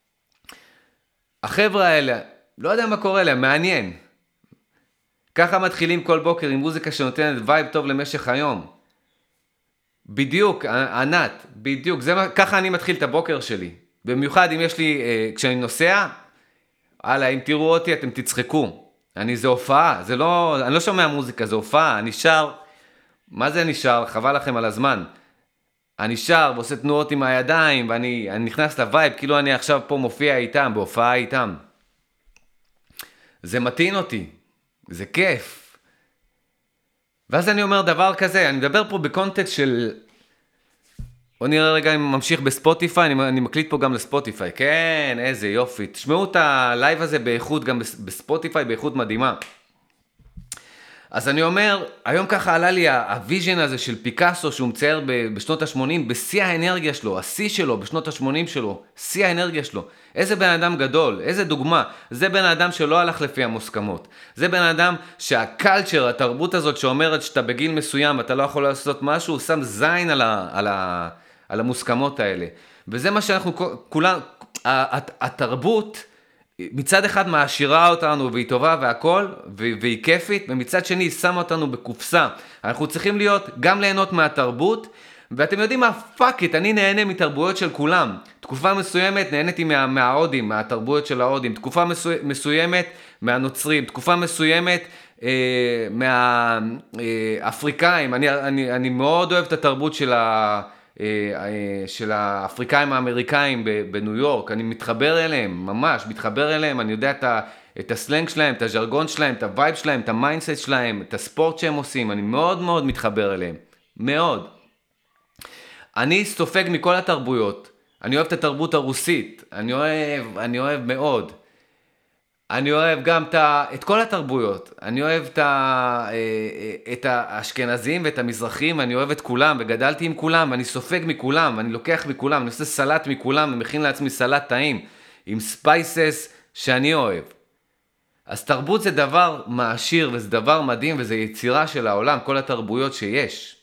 החבר'ה האלה, לא יודע מה קורה להם, מעניין. ככה מתחילים כל בוקר עם מוזיקה שנותנת וייב טוב למשך היום. בדיוק, ענת, בדיוק, זה, ככה אני מתחיל את הבוקר שלי. במיוחד אם יש לי, כשאני נוסע, הלאה, אם תראו אותי אתם תצחקו. אני, זה הופעה, זה לא, אני לא שומע מוזיקה, זה הופעה, אני שר, מה זה אני שר? חבל לכם על הזמן. אני שר ועושה תנועות עם הידיים, ואני אני נכנס לווייב, כאילו אני עכשיו פה מופיע איתם, בהופעה איתם. זה מתאים אותי, זה כיף. ואז אני אומר דבר כזה, אני מדבר פה בקונטקסט של... בוא נראה רגע אם ממשיך בספוטיפיי, אני, אני מקליט פה גם לספוטיפיי. כן, איזה יופי. תשמעו את הלייב הזה באיכות, גם בספוטיפיי, באיכות מדהימה. אז אני אומר, היום ככה עלה לי הוויז'ן הזה של פיקאסו, שהוא מצייר בשנות ה-שמונים, בשיא האנרגיה שלו, השיא שלו, בשנות ה-שמונים שלו, שיא האנרגיה שלו. איזה בן אדם גדול, איזה דוגמה. זה בן אדם שלא הלך לפי המוסכמות. זה בן אדם שהקלצ'ר, התרבות הזאת שאומרת שאתה בגיל מסוים, אתה לא יכול לעשות משהו, הוא שם זין על, ה, על, ה, על המוסכמות האלה. וזה מה שאנחנו, כולם, התרבות, מצד אחד מעשירה אותנו והיא טובה והכל, והיא כיפית, ומצד שני היא שמה אותנו בקופסה. אנחנו צריכים להיות, גם ליהנות מהתרבות, ואתם יודעים מה, פאק איט, אני נהנה מתרבויות של כולם. תקופה מסוימת נהניתי מה, מההודים, מהתרבויות של ההודים, תקופה מסו, מסוימת מהנוצרים, תקופה מסוימת אה, מהאפריקאים. אני, אני, אני מאוד אוהב את התרבות של ה... של האפריקאים האמריקאים בניו יורק, אני מתחבר אליהם, ממש מתחבר אליהם, אני יודע את, ה, את הסלנג שלהם, את הז'רגון שלהם, את הווייב שלהם, את המיינדסט שלהם, את הספורט שהם עושים, אני מאוד מאוד מתחבר אליהם, מאוד. אני סופג מכל התרבויות, אני אוהב את התרבות הרוסית, אני אוהב, אני אוהב מאוד. אני אוהב גם את, את כל התרבויות, אני אוהב את, את האשכנזים ואת המזרחים, אני אוהב את כולם, וגדלתי עם כולם, ואני סופג מכולם, ואני לוקח מכולם, אני עושה סלט מכולם, ומכין לעצמי סלט טעים, עם ספייסס שאני אוהב. אז תרבות זה דבר מעשיר, וזה דבר מדהים, וזה יצירה של העולם, כל התרבויות שיש.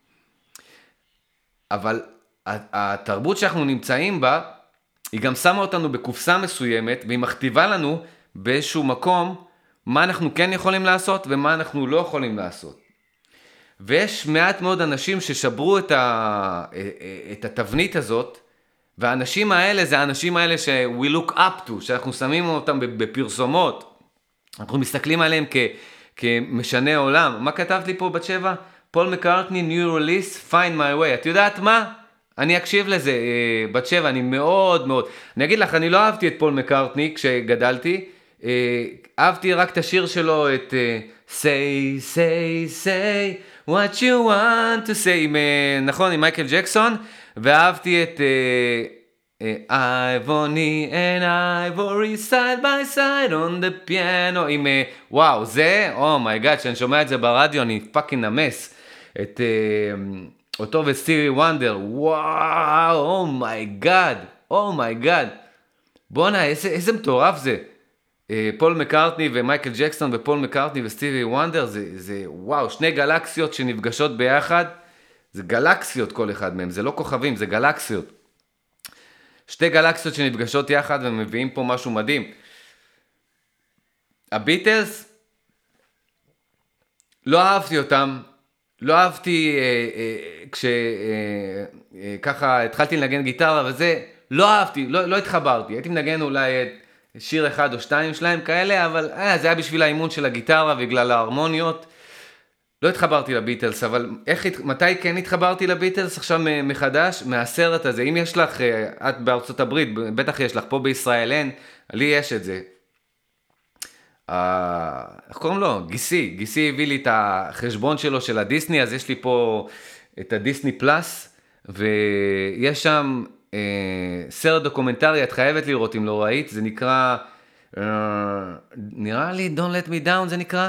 אבל התרבות שאנחנו נמצאים בה, היא גם שמה אותנו בקופסה מסוימת, והיא מכתיבה לנו באיזשהו מקום מה אנחנו כן יכולים לעשות ומה אנחנו לא יכולים לעשות. ויש מעט מאוד אנשים ששברו את, ה... את התבנית הזאת, והאנשים האלה זה האנשים האלה ש- we look up to, שאנחנו שמים אותם בפרסומות, אנחנו מסתכלים עליהם כ... כמשנה עולם. מה כתבת לי פה בת שבע? פול מקארטני, new release, find my way. את יודעת מה? אני אקשיב לזה, בת שבע, אני מאוד מאוד, אני אגיד לך, אני לא אהבתי את פול מקארטני כשגדלתי, אהבתי רק את השיר שלו, את say, say, say, what you want to say, עם, נכון, עם מייקל ג'קסון, ואהבתי את Ivory and Ivory side by side on the piano, עם, וואו, זה, אומייגאד, שאני שומע את זה ברדיו, אני פאקינג נמס, את... אותו וסטיבי וונדר, וואו, אומייגאד, אומייגאד. בוא'נה, איזה, איזה מטורף זה. פול מקארטני ומייקל ג'קסון ופול מקארטני וסטיבי וונדר, זה, זה וואו, שני גלקסיות שנפגשות ביחד, זה גלקסיות כל אחד מהם, זה לא כוכבים, זה גלקסיות. שתי גלקסיות שנפגשות יחד ומביאים פה משהו מדהים. הביטלס, לא אהבתי אותם, לא אהבתי אה, אה, כשככה אה, אה, התחלתי לנגן גיטרה וזה, לא אהבתי, לא, לא התחברתי, הייתי מנגן אולי שיר אחד או שתיים שלהם כאלה, אבל אה, זה היה בשביל האימון של הגיטרה בגלל ההרמוניות, לא התחברתי לביטלס, אבל איך, מתי כן התחברתי לביטלס? עכשיו מחדש, מהסרט הזה, אם יש לך, את בארצות הברית, בטח יש לך, פה בישראל אין, לי יש את זה. איך קוראים לו? גיסי, גיסי הביא לי את החשבון שלו של הדיסני, אז יש לי פה את הדיסני פלאס, ויש שם אה, סרט דוקומנטרי, את חייבת לראות אם לא ראית, זה נקרא, אה, נראה לי Don't Let Me Down זה נקרא?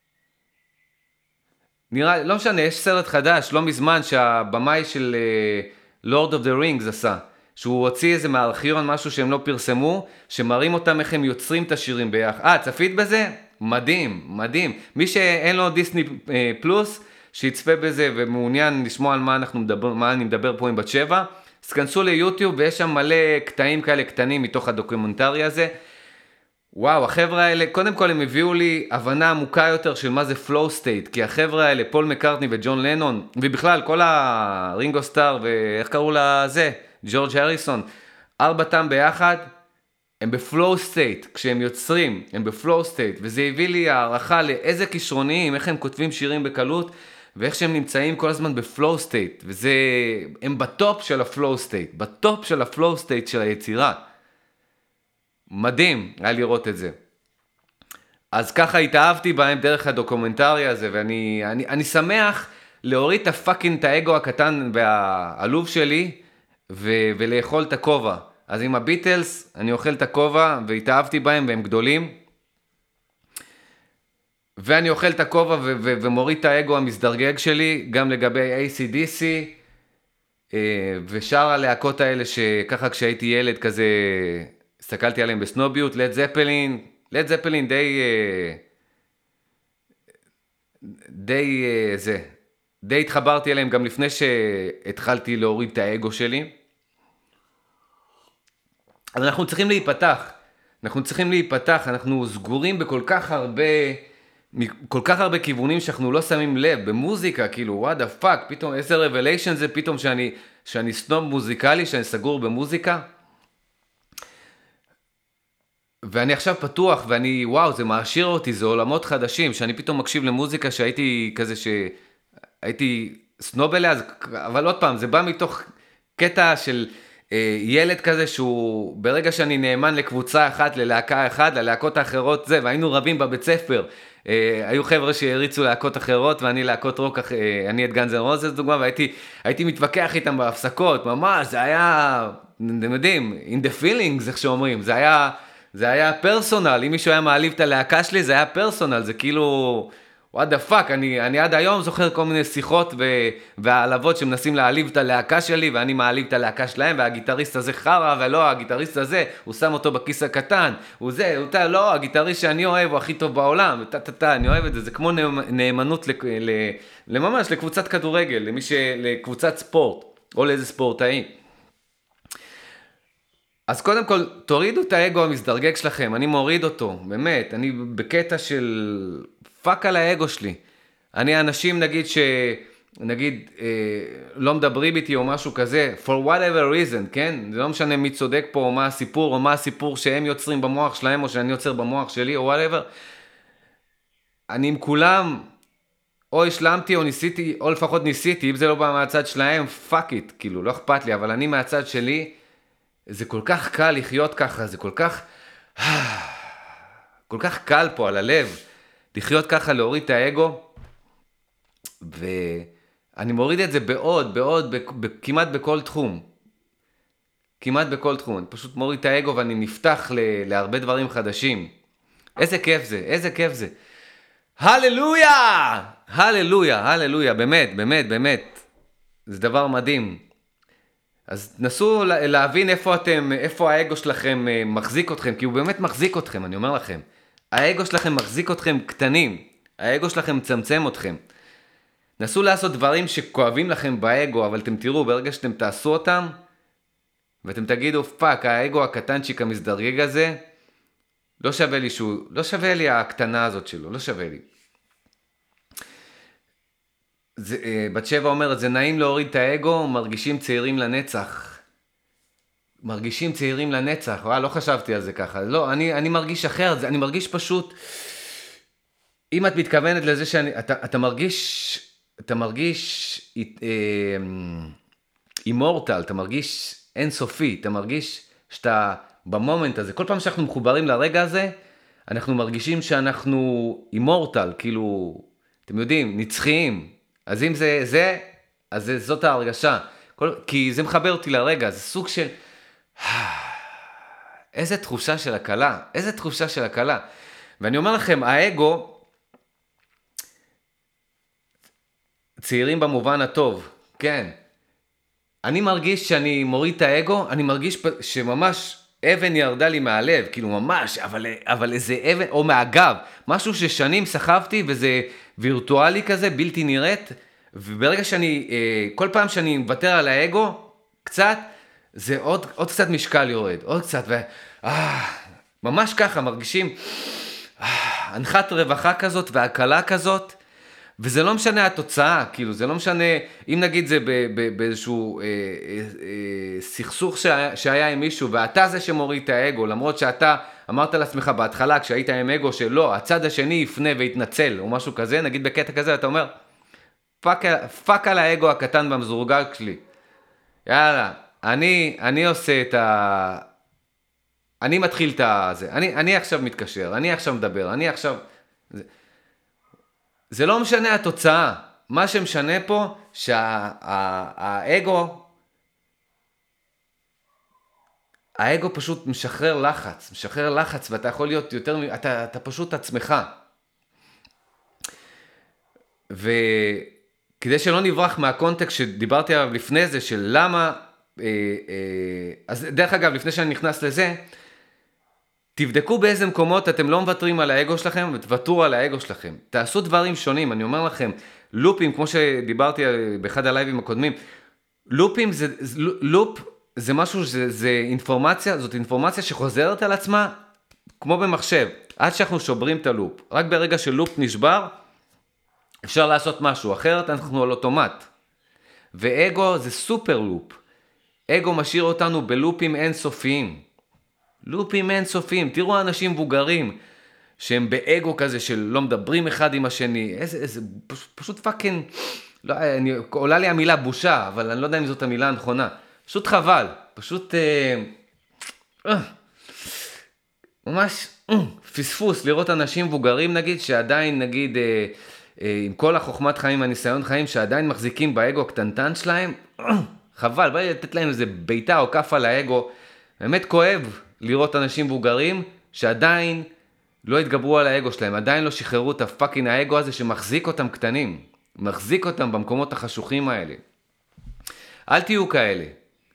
נראה, לא משנה, יש סרט חדש, לא מזמן, שהבמאי של uh, Lord of the Rings עשה, שהוא הוציא איזה מהארכיון, משהו שהם לא פרסמו, שמראים אותם איך הם יוצרים את השירים ביחד. אה, צפית בזה? מדהים, מדהים. מי שאין לו דיסני אה, פלוס, שיצפה בזה ומעוניין לשמוע על מה אנחנו מדבר, מה אני מדבר פה עם בת שבע, אז כנסו ליוטיוב ויש שם מלא קטעים כאלה קטנים מתוך הדוקומנטרי הזה. וואו, החבר'ה האלה, קודם כל הם הביאו לי הבנה עמוקה יותר של מה זה flow state, כי החבר'ה האלה, פול מקארטני וג'ון לנון, ובכלל כל הרינגו סטאר ואיך קראו לזה, ג'ורג' הריסון, ארבעתם ביחד, הם בפלואו סטייט, כשהם יוצרים, הם בפלואו סטייט, וזה הביא לי הערכה לאיזה כישרוניים, איך הם כותבים שירים בקלות, ואיך שהם נמצאים כל הזמן בפלואו סטייט, וזה, הם בטופ של הפלואו סטייט, בטופ של הפלואו סטייט של היצירה. מדהים, היה לראות את זה. אז ככה התאהבתי בהם דרך הדוקומנטרי הזה, ואני אני, אני שמח להוריד את הפאקינג, את האגו הקטן והעלוב שלי, ו, ולאכול את הכובע. אז עם הביטלס, אני אוכל את הכובע, והתאהבתי בהם, והם גדולים. ואני אוכל את הכובע, ו, ו, ומוריד את האגו המזדרגג שלי, גם לגבי איי סי די סי, ושאר הלהקות האלה, שככה כשהייתי ילד כזה, הסתכלתי עליהם בסנוביות, לד זפלין, לד זפלין די, די, זה, די התחברתי אליהם גם לפני שהתחלתי להוריד את האגו שלי. אז אנחנו צריכים להיפתח, אנחנו צריכים להיפתח, אנחנו סגורים בכל כך הרבה, כל כך הרבה כיוונים שאנחנו לא שמים לב, במוזיקה, כאילו, what the fuck, פתאום, איזה revelation זה פתאום שאני, שאני סנוב מוזיקלי, שאני סגור במוזיקה. ואני עכשיו פתוח, ואני, וואו, זה מעשיר אותי, זה עולמות חדשים, שאני פתאום מקשיב למוזיקה שהייתי כזה, שהייתי סנוב אליה, אבל עוד פעם, זה בא מתוך קטע של אה, ילד כזה, שהוא ברגע שאני נאמן לקבוצה אחת, ללהקה אחת, ללהקות האחרות, זה, והיינו רבים בבית ספר, אה, היו חבר'ה שהריצו להקות אחרות, ואני להקות רוק, אה, אני את גאנז אנד רוזס דוגמה, והייתי הייתי מתווכח איתם בהפסקות, ממש, זה היה, אתם יודעים, in the feelings, איך שאומרים, זה היה... זה היה פרסונל, אם מישהו היה מעליב את הלהקה שלי, זה היה פרסונל, זה כאילו, what the fuck, אני, אני עד היום זוכר כל מיני שיחות ו- והעלבות שמנסים להעליב את הלהקה שלי, ואני מעליב את הלהקה שלהם, והגיטריסט הזה חרה, ולא, הגיטריסט הזה, הוא שם אותו בכיס הקטן, הוא זה, הוא תה, לא, הגיטריסט שאני אוהב הוא הכי טוב בעולם, תה, תה, תה, אני אוהב את זה, זה כמו נאמנות ל- ל- לממש, לקבוצת כדורגל, למי ש- לקבוצת ספורט, או לאיזה ספורטאי. אז קודם כל, תורידו את האגו המזדרגג שלכם, אני מוריד אותו, באמת, אני בקטע של פאק על האגו שלי. אני אנשים, נגיד, ש... נגיד, אה, לא מדברים איתי או משהו כזה, for whatever reason, כן? זה לא משנה מי צודק פה, או מה הסיפור, או מה הסיפור שהם יוצרים במוח שלהם, או שאני יוצר במוח שלי, או whatever. אני עם כולם, או השלמתי, או ניסיתי, או לפחות ניסיתי, אם זה לא בא מהצד שלהם, פאק איט, כאילו, לא אכפת לי, אבל אני מהצד שלי, זה כל כך קל לחיות ככה, זה כל כך, כל כך קל פה על הלב, לחיות ככה, להוריד את האגו, ואני מוריד את זה בעוד, בעוד, כמעט בכל תחום, כמעט בכל תחום, אני פשוט מוריד את האגו ואני נפתח להרבה דברים חדשים. איזה כיף זה, איזה כיף זה. הללויה! הללויה, הללויה, באמת, באמת, באמת. זה דבר מדהים. אז נסו להבין איפה אתם, איפה האגו שלכם מחזיק אתכם, כי הוא באמת מחזיק אתכם, אני אומר לכם. האגו שלכם מחזיק אתכם קטנים, האגו שלכם מצמצם אתכם. נסו לעשות דברים שכואבים לכם באגו, אבל אתם תראו, ברגע שאתם תעשו אותם, ואתם תגידו, פאק, האגו הקטנצ'יק המזדרג הזה, לא שווה לי שהוא, לא שווה לי הקטנה הזאת שלו, לא שווה לי. זה, בת שבע אומרת, זה נעים להוריד את האגו, מרגישים צעירים לנצח. מרגישים צעירים לנצח, וואה, לא חשבתי על זה ככה. לא, אני, אני מרגיש אחרת, אני מרגיש פשוט, אם את מתכוונת לזה שאני, אתה, אתה מרגיש, אתה מרגיש אימורטל, אתה מרגיש אינסופי, אתה מרגיש שאתה במומנט הזה, כל פעם שאנחנו מחוברים לרגע הזה, אנחנו מרגישים שאנחנו אימורטל, כאילו, אתם יודעים, נצחיים. אז אם זה זה, אז זה, זאת ההרגשה. כל, כי זה מחבר אותי לרגע, זה סוג של, איזה תחושה של הקלה, איזה תחושה של הקלה. ואני אומר לכם, האגו, צעירים במובן הטוב, כן. אני מרגיש שאני מוריד את האגו, אני מרגיש שממש אבן ירדה לי מהלב, כאילו ממש, אבל, אבל איזה אבן, או מהגב, משהו ששנים סחבתי, וזה וירטואלי כזה, בלתי נראית, וברגע שאני, כל פעם שאני מוותר על האגו, קצת, זה עוד, עוד קצת משקל יורד, עוד קצת, ו... אה, ממש ככה, מרגישים, אה, הנחת רווחה כזאת, והקלה כזאת, וזה לא משנה התוצאה, כאילו, זה לא משנה, אם נגיד זה באיזשהו אה, אה, אה, סכסוך שהיה, שהיה עם מישהו, ואתה זה שמוריד את האגו, למרות שאתה אמרת לעצמך בהתחלה, כשהיית עם אגו שלא, הצד השני יפנה ויתנצל, או משהו כזה, נגיד בקטע כזה, אתה אומר, פאק, פאק על האגו הקטן והמזורגג שלי. יאללה, אני, אני עושה את ה... אני מתחיל את זה, אני, אני עכשיו מתקשר, אני עכשיו מדבר, אני עכשיו... זה... זה לא משנה התוצאה, מה שמשנה פה שהאגו, האגו פשוט משחרר לחץ, משחרר לחץ ואתה יכול להיות יותר, אתה, אתה פשוט עצמך. וכדי שלא נברח מהקונטקסט שדיברתי עליו לפני זה, של למה, אה, אה, אז דרך אגב, לפני שאני נכנס לזה, תבדקו באיזה מקומות אתם לא מוותרים על האגו שלכם, ותוותרו על האגו שלכם. תעשו דברים שונים, אני אומר לכם, לופים, כמו שדיברתי באחד הלייבים הקודמים, לופים זה, לופ זה משהו, זה, זה אינפורמציה, זאת אינפורמציה שחוזרת על עצמה, כמו במחשב, עד שאנחנו שוברים את הלופ. רק ברגע שלופ נשבר, אפשר לעשות משהו, אחרת אנחנו על אוטומט. ואגו זה סופר לופ. אגו משאיר אותנו בלופים אינסופיים. לופים אינסופיים, תראו אנשים מבוגרים שהם באגו כזה של לא מדברים אחד עם השני, איזה, איזה, פשוט, פשוט פאקינג, לא, אני, עולה לי המילה בושה, אבל אני לא יודע אם זאת המילה הנכונה, פשוט חבל, פשוט, אה, אה, ממש אה, פספוס, לראות אנשים מבוגרים נגיד, שעדיין נגיד, אה, אה, עם כל החוכמת חיים, הניסיון חיים, שעדיין מחזיקים באגו הקטנטן שלהם, אה, חבל, בואי לתת להם איזה ביתה או כף על האגו, באמת כואב, לראות אנשים מבוגרים שעדיין לא התגברו על האגו שלהם, עדיין לא שחררו את הפאקינג האגו הזה שמחזיק אותם קטנים, מחזיק אותם במקומות החשוכים האלה. אל תהיו כאלה.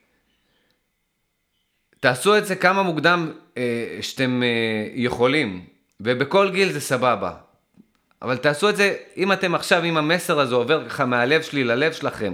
תעשו את זה כמה מוקדם אה, שאתם אה, יכולים, ובכל גיל זה סבבה. אבל תעשו את זה, אם אתם עכשיו, אם המסר הזה עובר ככה מהלב שלי ללב שלכם,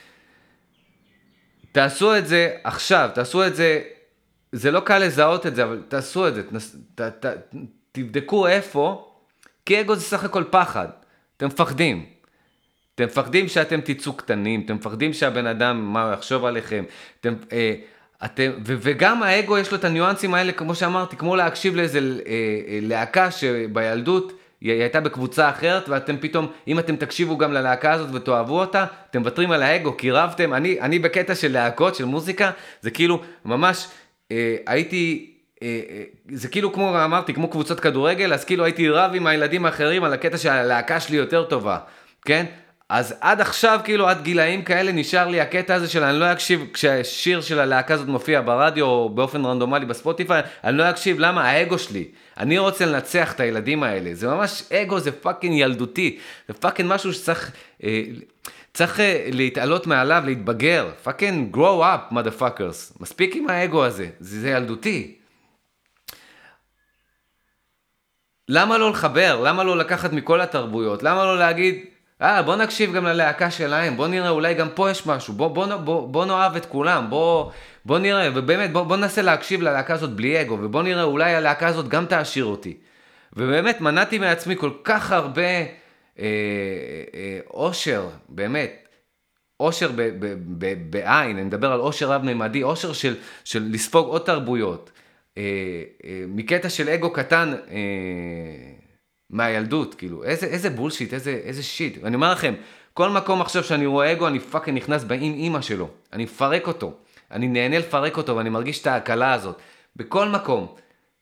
תעשו את זה עכשיו, תעשו את זה, זה לא קל לזהות את זה, אבל תעשו את זה, תנס, ת, ת, תבדקו איפה, כי אגו זה סך הכל פחד, אתם מפחדים, אתם מפחדים שאתם תצאו קטנים, אתם מפחדים שהבן אדם, מה הוא יחשוב עליכם, אתם, אה, אתם, ו, וגם האגו יש לו את הניואנסים האלה, כמו שאמרתי, כמו להקשיב לאיזה אה, אה, להקה שבילדות, היא הייתה בקבוצה אחרת, ואתם פתאום, אם אתם תקשיבו גם ללהקה הזאת ותאהבו אותה, אתם מוותרים על האגו, כי רבתם, אני, אני בקטע של להקות, של מוזיקה, זה כאילו, ממש, אה, הייתי, אה, אה, זה כאילו כמו, אמרתי, כמו קבוצות כדורגל, אז כאילו הייתי רב עם הילדים האחרים, על הקטע שהלהקה שלי יותר טובה, כן? אז עד עכשיו, כאילו, עד גילאים כאלה, נשאר לי הקטע הזה של אני לא אקשיב, כשהשיר של הלהקה הזאת מופיע ברדיו, או באופן רנדומלי בספוטיפיי, אני לא אקשיב, למה? האגו שלי. אני רוצה לנצח את הילדים האלה. זה ממש אגו, זה פאקינג ילדותי. זה פאקינג משהו שצריך, אה, צריך להתעלות מעליו, להתבגר. fucking grow up, motherfuckers. מספיק עם האגו הזה, זה, זה ילדותי. למה לא לחבר? למה לא לקחת מכל התרבויות? למה לא להגיד, אה, בוא נקשיב גם ללהקה שלהם, בוא נראה, אולי גם פה יש משהו, בוא, בוא, בוא, בוא נאהב את כולם, בוא, בוא נראה, ובאמת, בוא, בוא ננסה להקשיב ללהקה הזאת בלי אגו, ובוא נראה, אולי הלהקה הזאת גם תעשיר אותי. ובאמת, מנעתי מעצמי כל כך הרבה אה, אה, אושר, באמת, אושר ב, ב, ב, בעין, אני מדבר על אושר רב-ממדי, אושר של, של לספוג עוד תרבויות, אה, אה, מקטע של אגו קטן, אה, מהילדות, כאילו, איזה, איזה בולשיט, איזה, איזה שיט. אני אומר לכם, כל מקום עכשיו שאני רואה אגו, אני פאקינג נכנס באם אימא שלו. אני מפרק אותו. אני נהנה לפרק אותו, ואני מרגיש את ההקלה הזאת. בכל מקום.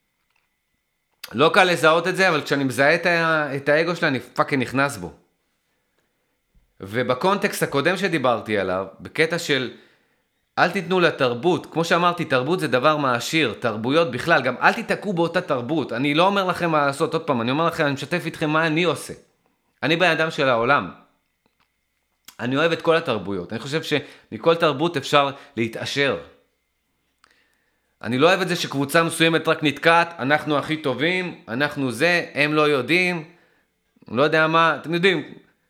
לא קל לזהות את זה, אבל כשאני מזהה את, ה, את האגו שלה, אני פאקינג נכנס בו. ובקונטקסט הקודם שדיברתי עליו, בקטע של אל תיתנו לתרבות, כמו שאמרתי, תרבות זה דבר מעשיר, תרבויות בכלל, גם אל תתעקו באותה תרבות, אני לא אומר לכם מה לעשות, עוד פעם, אני אומר לכם, אני משתף איתכם מה אני עושה. אני בן אדם של העולם. אני אוהב את כל התרבויות, אני חושב שמכל תרבות אפשר להתעשר. אני לא אוהב את זה שקבוצה מסוימת רק נתקעת, אנחנו הכי טובים, אנחנו זה, הם לא יודעים, לא יודע מה, אתם יודעים,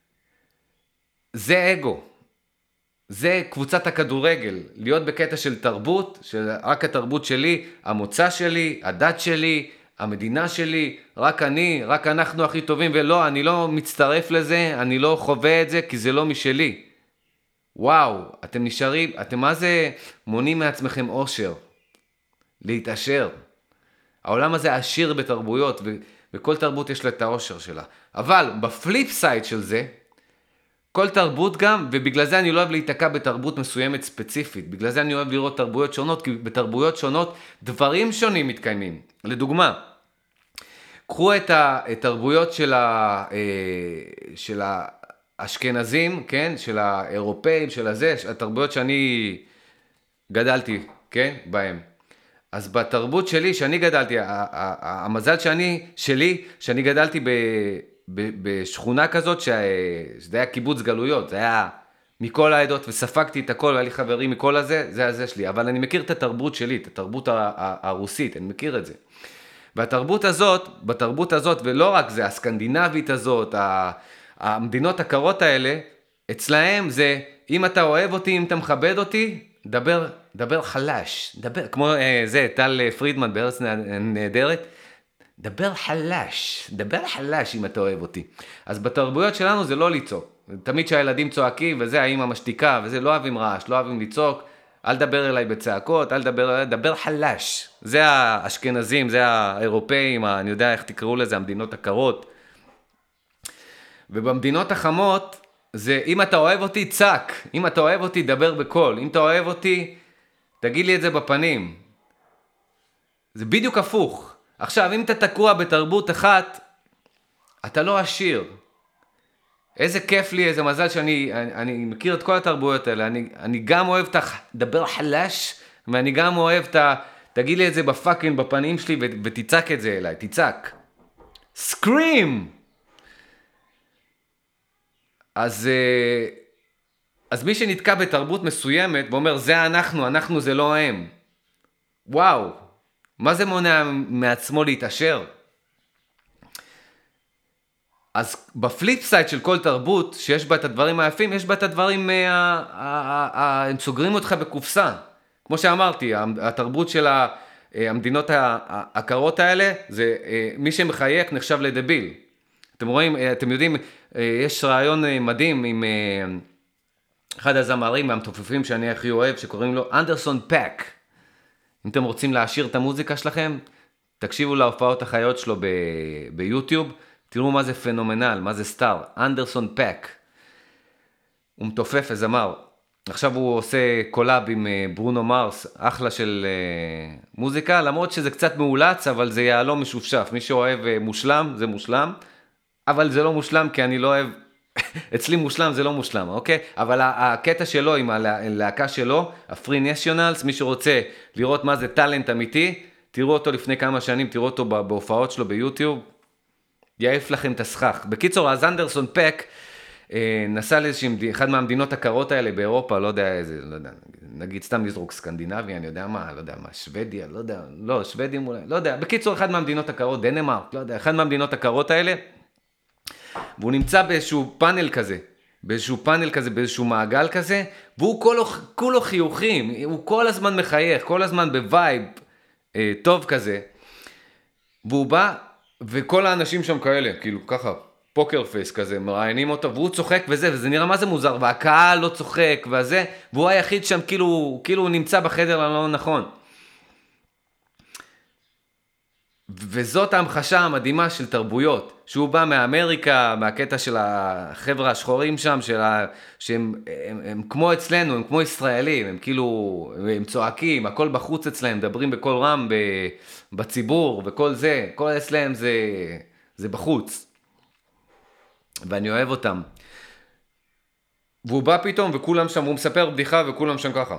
זה אגו. זה קבוצת הכדורגל, להיות בקטע של תרבות, של רק התרבות שלי, המוצא שלי, הדת שלי, המדינה שלי, רק אני, רק אנחנו הכי טובים, ולא, אני לא מצטרף לזה, אני לא חווה את זה, כי זה לא משלי. וואו, אתם נשארים, אתם מה זה מונים מעצמכם אושר, להתעשר. העולם הזה עשיר בתרבויות, ו- וכל תרבות יש לה את האושר שלה. אבל בפליפ סייד של זה, כל תרבות גם, ובגלל זה אני לא אוהב להתעקע בתרבות מסוימת ספציפית, בגלל זה אני אוהב לראות תרבויות שונות, כי בתרבויות שונות דברים שונים מתקיימים. לדוגמה, קחו את התרבויות של, ה, של האשכנזים, כן? של האירופאים, של הזה, התרבויות שאני גדלתי, כן? בהם. אז בתרבות שלי, שאני גדלתי, המזל שאני, שלי, שאני גדלתי ב... בשכונה כזאת שזה היה קיבוץ גלויות, זה היה מכל העדות וספגתי את הכל, והיה לי חברים מכל הזה, זה הזה שלי, אבל אני מכיר את התרבות שלי, את התרבות הרוסית, אני מכיר את זה. והתרבות הזאת, בתרבות הזאת, ולא רק זה, הסקנדינבית הזאת, המדינות הקרות האלה, אצלהם זה, אם אתה אוהב אותי, אם אתה מכבד אותי, דבר, דבר חלש, דבר, כמו זה, טל פרידמן בארץ נהדרת, דבר חלש, דבר חלש אם אתה אוהב אותי. אז בתרבויות שלנו זה לא לצעוק. תמיד שהילדים צועקים וזה, האמא משתיקה וזה, לא אוהבים רעש, לא אוהבים לצעוק. אל דבר אליי בצעקות, אל דבר אליי, דבר חלש. זה האשכנזים, זה האירופאים, אני יודע איך תקראו לזה, המדינות הקרות. ובמדינות החמות, זה אם אתה אוהב אותי, צעק. אם אתה אוהב אותי, דבר בקול. אם אתה אוהב אותי, תגיד לי את זה בפנים. זה בדיוק הפוך. עכשיו, אם אתה תקוע בתרבות אחת, אתה לא עשיר. איזה כיף לי, איזה מזל שאני אני, אני מכיר את כל התרבויות האלה. אני, אני גם אוהב את הדבר חלש, ואני גם אוהב את ה... תגיד לי את זה בפאקינג, בפנים שלי, ו, ותצעק את זה אליי, תצעק. סקרים! אז, אז מי שנתקע בתרבות מסוימת, ואומר, זה אנחנו, אנחנו זה לא הם. וואו. מה זה מונע מעצמו להתעשר? אז בפליפ סייד של כל תרבות, שיש בה את הדברים היפים, יש בה את הדברים, הם סוגרים אותך בקופסה. כמו שאמרתי, התרבות של המדינות הקרות האלה, זה מי שמחייך נחשב לדביל. אתם רואים, אתם יודעים, יש רעיון מדהים עם אחד הזמרים והמתופפים שאני הכי אוהב, שקוראים לו אנדרסון פאק. אם אתם רוצים להשאיר את המוזיקה שלכם, תקשיבו להופעות החיות שלו ב- ביוטיוב, תראו מה זה פנומנל, מה זה סטאר, אנדרסון פאק. הוא מתופף וזמר. עכשיו הוא עושה קולאב עם ברונו מרס, אחלה של uh, מוזיקה, למרות שזה קצת מאולץ, אבל זה יעלום משופשף. מי שאוהב uh, מושלם, זה מושלם, אבל זה לא מושלם כי אני לא אוהב... אצלי מושלם זה לא מושלם, אוקיי? אבל הקטע שלו עם הלהקה שלו, הפרי נשיונלס, מי שרוצה לראות מה זה טלנט אמיתי, תראו אותו לפני כמה שנים, תראו אותו בהופעות שלו ביוטיוב, יעיף לכם את הסכך. בקיצור, אז אנדרסון פאק, אה, נסע לאיזושהי, אחד מהמדינות הקרות האלה באירופה, לא יודע איזה, לא יודע, נגיד סתם נזרוק סקנדינביה, אני יודע מה, לא יודע מה, שוודיה, לא יודע, לא, שוודים אולי, לא יודע, בקיצור, אחד מהמדינות הקרות, דנמרק, לא יודע, אחד מהמדינות הקרות האלה, והוא נמצא באיזשהו פאנל כזה, באיזשהו פאנל כזה, באיזשהו מעגל כזה, והוא כולו, כולו חיוכים, הוא כל הזמן מחייך, כל הזמן בווייב אה, טוב כזה, והוא בא, וכל האנשים שם כאלה, כאילו ככה, פוקר פייס כזה, מראיינים אותו, והוא צוחק וזה, וזה נראה מה זה מוזר, והקהל לא צוחק וזה, והוא היחיד שם כאילו, כאילו הוא נמצא בחדר הלא נכון. וזאת ההמחשה המדהימה של תרבויות, שהוא בא מאמריקה, מהקטע של החבר'ה השחורים שם, של ה... שהם הם, הם כמו אצלנו, הם כמו ישראלים, הם כאילו, הם צועקים, הכל בחוץ אצלהם, מדברים בכל רם ב... בציבור, וכל זה, כל אצלהם זה, זה בחוץ. ואני אוהב אותם. והוא בא פתאום, וכולם שם, הוא מספר בדיחה, וכולם שם ככה.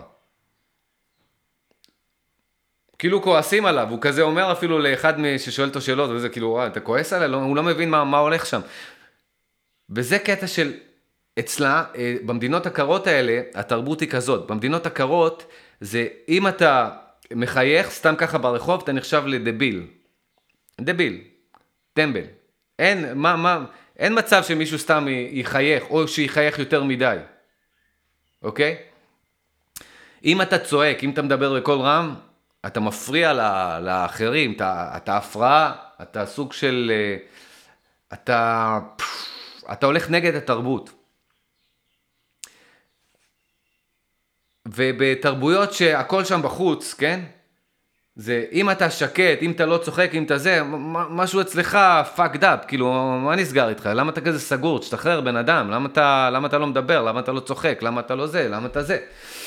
כאילו כועסים עליו, הוא כזה אומר אפילו לאחד ששואל אותו שאלות, וזה כאילו, וואי, אתה כועס עליו? לא, הוא לא מבין מה, מה הולך שם. וזה קטע של, אצלה, במדינות הקרות האלה, התרבות היא כזאת. במדינות הקרות, זה אם אתה מחייך, סתם ככה ברחוב, אתה נחשב לדביל. דביל. טמבל. אין, מה, מה, אין מצב שמישהו סתם יחייך, או שיחייך יותר מדי. אוקיי? אם אתה צועק, אם אתה מדבר בקול רם, אתה מפריע לאחרים, אתה, אתה הפרעה, אתה סוג של, אתה, אתה הולך נגד התרבות. ובתרבויות שהכל שם בחוץ, כן? זה, אם אתה שקט, אם אתה לא צוחק, אם אתה זה, משהו אצלך fucked up, כאילו, מה נסגר איתך? למה אתה כזה סגור? תשתחרר בן אדם, למה אתה, למה אתה לא מדבר? למה אתה לא צוחק? למה אתה לא זה? למה אתה זה?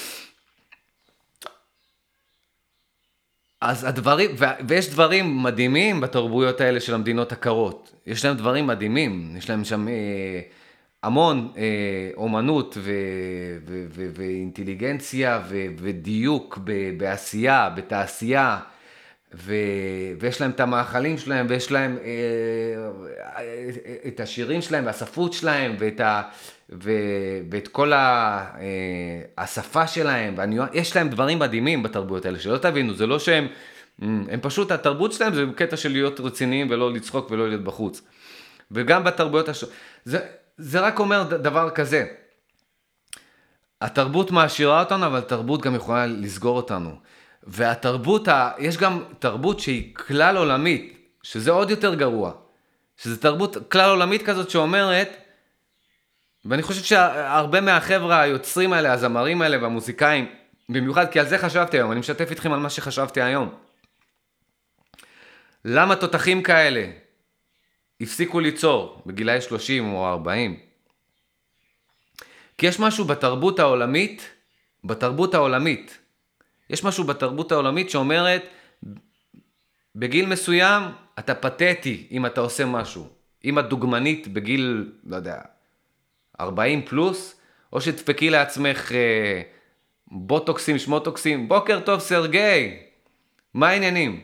אז הדברים, ויש דברים מדהימים בתרבויות האלה של המדינות הקרות. יש להם דברים מדהימים, יש להם שם אה, המון אה, אומנות ו, ו, ו, ואינטליגנציה ו, ודיוק ב, בעשייה, בתעשייה, ו, ויש להם את המאכלים שלהם, ויש להם אה, את השירים שלהם והספרות שלהם, ואת, ה, ו, ואת כל ה, אה, השפה שלהם, ויש להם דברים מדהימים בתרבויות האלה, שלא תבינו, זה לא שהם, הם פשוט, התרבות שלהם זה קטע של להיות רציניים ולא לצחוק ולא להיות בחוץ. וגם בתרבויות הש... זה, זה רק אומר דבר כזה, התרבות מעשירה אותנו, אבל התרבות גם יכולה לסגור אותנו. והתרבות, ה... יש גם תרבות שהיא כלל עולמית, שזה עוד יותר גרוע. שזה תרבות כלל עולמית כזאת שאומרת, ואני חושב שהרבה מהחבר'ה היוצרים האלה, הזמרים האלה והמוזיקאים, במיוחד כי על זה חשבתי היום, אני משתף איתכם על מה שחשבתי היום. למה תותחים כאלה הפסיקו ליצור בגילאי שלושים או ארבעים? כי יש משהו בתרבות העולמית, בתרבות העולמית, יש משהו בתרבות העולמית שאומרת, בגיל מסוים אתה פתטי אם אתה עושה משהו. אם את דוגמנית בגיל, לא יודע, ארבעים פלוס, או שתפקי לעצמך אה, בוטוקסים, שמוטוקסים, בוקר טוב סרגי, מה העניינים?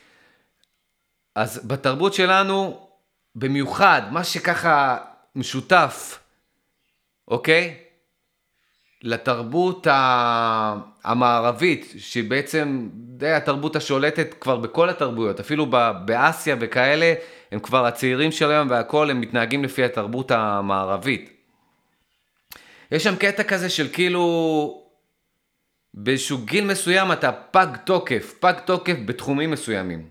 אז בתרבות שלנו, במיוחד, מה שככה משותף, אוקיי? לתרבות המערבית, שהיא בעצם די התרבות השולטת כבר בכל התרבויות, אפילו באסיה וכאלה, הם כבר הצעירים של היום והכל, הם מתנהגים לפי התרבות המערבית. יש שם קטע כזה של כאילו, באיזשהו גיל מסוים אתה פג תוקף, פג תוקף בתחומים מסוימים.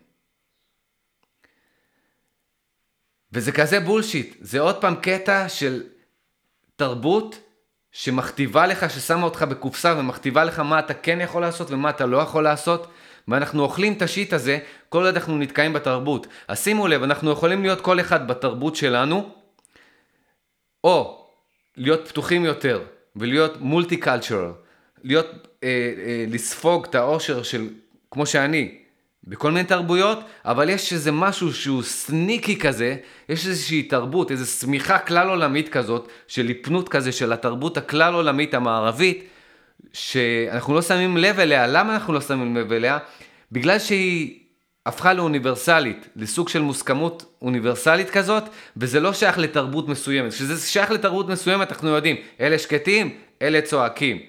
וזה כזה בולשיט, זה עוד פעם קטע של תרבות שמכתיבה לך, ששמה אותך בקופסה ומכתיבה לך מה אתה כן יכול לעשות ומה אתה לא יכול לעשות, ואנחנו אוכלים את השיט הזה, כל עוד אנחנו נתקעים בתרבות. אז שימו לב, אנחנו יכולים להיות כל אחד בתרבות שלנו, או להיות פתוחים יותר, ולהיות מולטי-קלצ'רל, להיות, אה, אה, לספוג את האושר של, כמו שאני, בכל מיני תרבויות, אבל יש איזה משהו שהוא סניקי כזה, יש איזושהי תרבות, איזו סמיכה כלל עולמית כזאת, של היפנות כזה, של התרבות הכלל עולמית המערבית, שאנחנו לא שמים לב אליה. למה אנחנו לא שמים לב אליה? בגלל שהיא הפכה לאוניברסלית, לסוג של מוסכמות אוניברסלית כזאת, וזה לא שייך לתרבות מסוימת. כשזה שייך לתרבות מסוימת, אנחנו יודעים, אלה שקטים, אלה צועקים.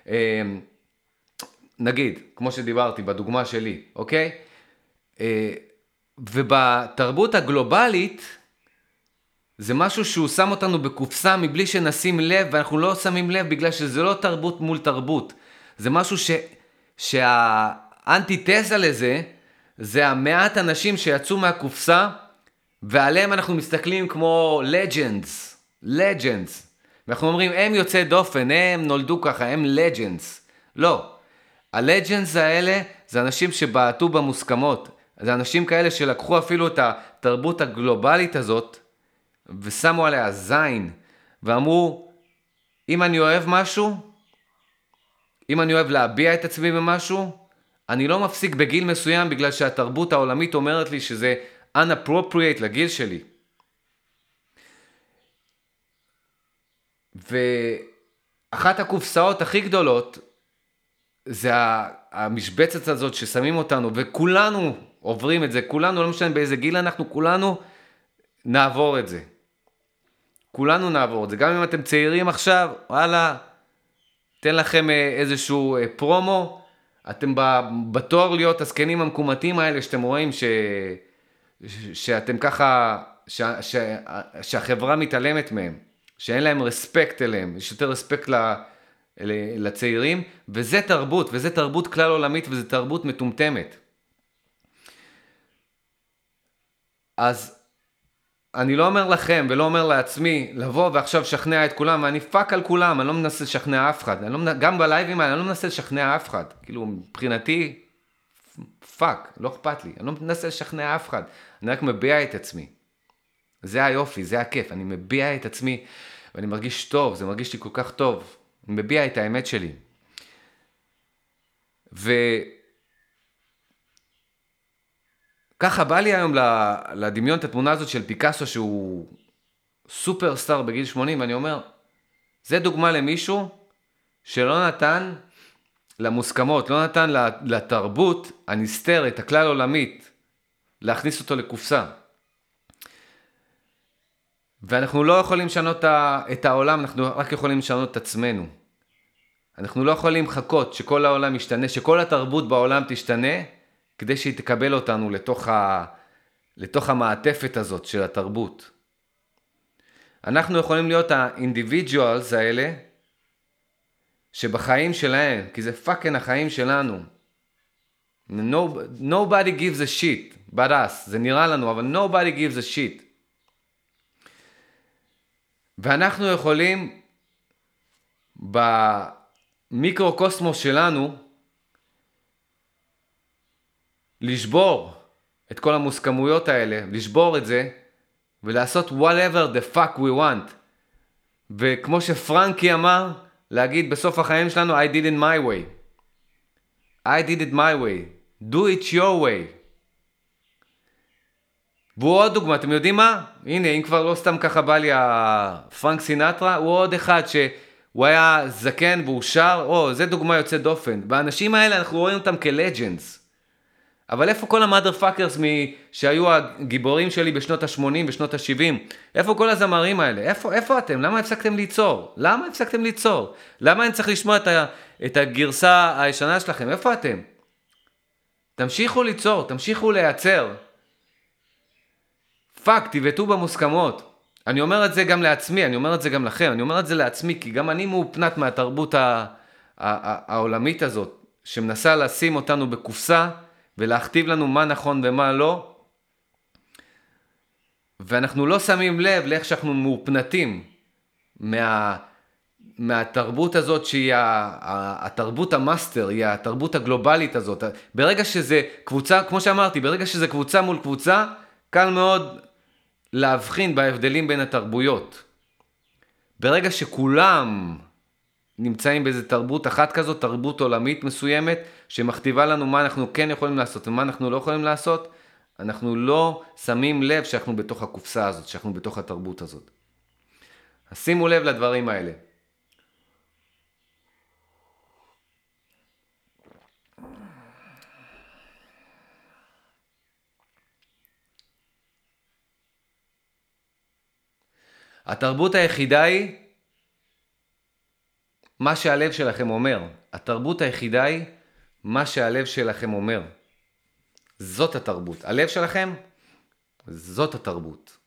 נגיד, כמו שדיברתי, בדוגמה שלי, אוקיי? ובתרבות הגלובלית, זה משהו שהוא שם אותנו בקופסה מבלי שנשים לב, ואנחנו לא שמים לב בגלל שזה לא תרבות מול תרבות. זה משהו ש... שהאנטיתזה לזה, זה המעט אנשים שיצאו מהקופסה, ועליהם אנחנו מסתכלים כמו legends, legends. ואנחנו אומרים, הם יוצאי דופן, הם נולדו ככה, הם legends. לא. ה-legends האלה, זה אנשים שבעטו במוסכמות. זה אנשים כאלה שלקחו אפילו את התרבות הגלובלית הזאת, ושמו עליה זין, ואמרו, אם אני אוהב משהו, אם אני אוהב להביע את עצמי במשהו, אני לא מפסיק בגיל מסוים, בגלל שהתרבות העולמית אומרת לי שזה unappropriate לגיל שלי. ואחת הקופסאות הכי גדולות, זה המשבצת הזאת ששמים אותנו, וכולנו עוברים את זה, כולנו, לא משנה באיזה גיל אנחנו, כולנו נעבור את זה. כולנו נעבור את זה. גם אם אתם צעירים עכשיו, וואלה, תן לכם איזשהו פרומו, אתם בתור להיות הזקנים המקומתים האלה, שאתם רואים ש... שאתם ככה, ש... ש... שהחברה מתעלמת מהם, שאין להם רספקט אליהם, יש יותר רספקט ל... לצעירים, וזה תרבות, וזה תרבות כלל עולמית, וזה תרבות מטומטמת. אז אני לא אומר לכם, ולא אומר לעצמי, לבוא ועכשיו שכנע את כולם, ואני פאק על כולם, אני לא מנסה לשכנע אף אחד, אני לא, גם בלייבים האלה, אני לא מנסה לשכנע אף אחד, כאילו, מבחינתי, פאק, לא אכפת לי, אני לא מנסה לשכנע אף אחד, אני רק מביע את עצמי. זה היופי, זה הכיף, אני מביע את עצמי, ואני מרגיש טוב, זה מרגיש לי כל כך טוב, אני מביע את האמת שלי. וככה בא לי היום לדמיון את התמונה הזאת של פיקאסו, שהוא סופרסטאר בגיל שמונים, ואני אומר, זה דוגמה למישהו שלא נתן למוסכמות, לא נתן לתרבות הנסתרת, הכלל עולמית, להכניס אותו לקופסה. ואנחנו לא יכולים לשנות את העולם, אנחנו רק יכולים לשנות את עצמנו. אנחנו לא יכולים לחכות שכל העולם ישתנה, שכל התרבות בעולם תשתנה, כדי שהיא תקבל אותנו לתוך, ה... לתוך המעטפת הזאת של התרבות. אנחנו יכולים להיות האינדיבידואלס האלה, שבחיים שלהם, כי זה פאקן החיים שלנו. No, nobody gives a shit, but us, זה נראה לנו, אבל nobody gives a shit. ואנחנו יכולים במיקרו-קוסמוס שלנו לשבור את כל המוסכמויות האלה, לשבור את זה ולעשות whatever the fuck we want. וכמו שפרנקי אמר, להגיד בסוף החיים שלנו, I did it my way. I did it my way. Do it your way. והוא עוד דוגמה, אתם יודעים מה? הנה, אם כבר לא סתם ככה בא לי הפרנק סינטרה, הוא עוד אחד שהוא היה זקן והוא שר, או, זה דוגמה יוצאת דופן. והאנשים האלה, אנחנו רואים אותם כלג'נדס. אבל איפה כל המאדר פאקרס שהיו הגיבורים שלי בשנות ה-שמונים, בשנות ה-שבעים? איפה כל הזמרים האלה? איפה, איפה אתם? למה הפסקתם ליצור? למה הפסקתם ליצור? למה אני צריך לשמוע את, ה, את הגרסה הישנה שלכם? איפה אתם? תמשיכו ליצור, תמשיכו לייצר. פאק, תבטאו במוסכמות. אני אומר את זה גם לעצמי, אני אומר את זה גם לכם, אני אומר את זה לעצמי, כי גם אני מאופנת מהתרבות ה- ה- ה- העולמית הזאת, שמנסה לשים אותנו בקופסה, ולהכתיב לנו מה נכון ומה לא, ואנחנו לא שמים לב לאיך שאנחנו מאופנתים מה, מהתרבות הזאת שהיא התרבות המאסטר, היא התרבות הגלובלית הזאת. ברגע שזה קבוצה, כמו שאמרתי, ברגע שזה קבוצה מול קבוצה, קל מאוד להבחין בהבדלים בין התרבויות. ברגע שכולם נמצאים באיזה תרבות אחת כזאת, תרבות עולמית מסוימת, שמכתיבה לנו מה אנחנו כן יכולים לעשות ומה אנחנו לא יכולים לעשות, אנחנו לא שמים לב שאנחנו בתוך הקופסה הזאת, שאנחנו בתוך התרבות הזאת. אז שימו לב לדברים האלה. התרבות היחידה היא מה שהלב שלכם אומר. התרבות היחידה היא מה שהלב שלכם אומר. זאת התרבות. הלב שלכם, זאת התרבות.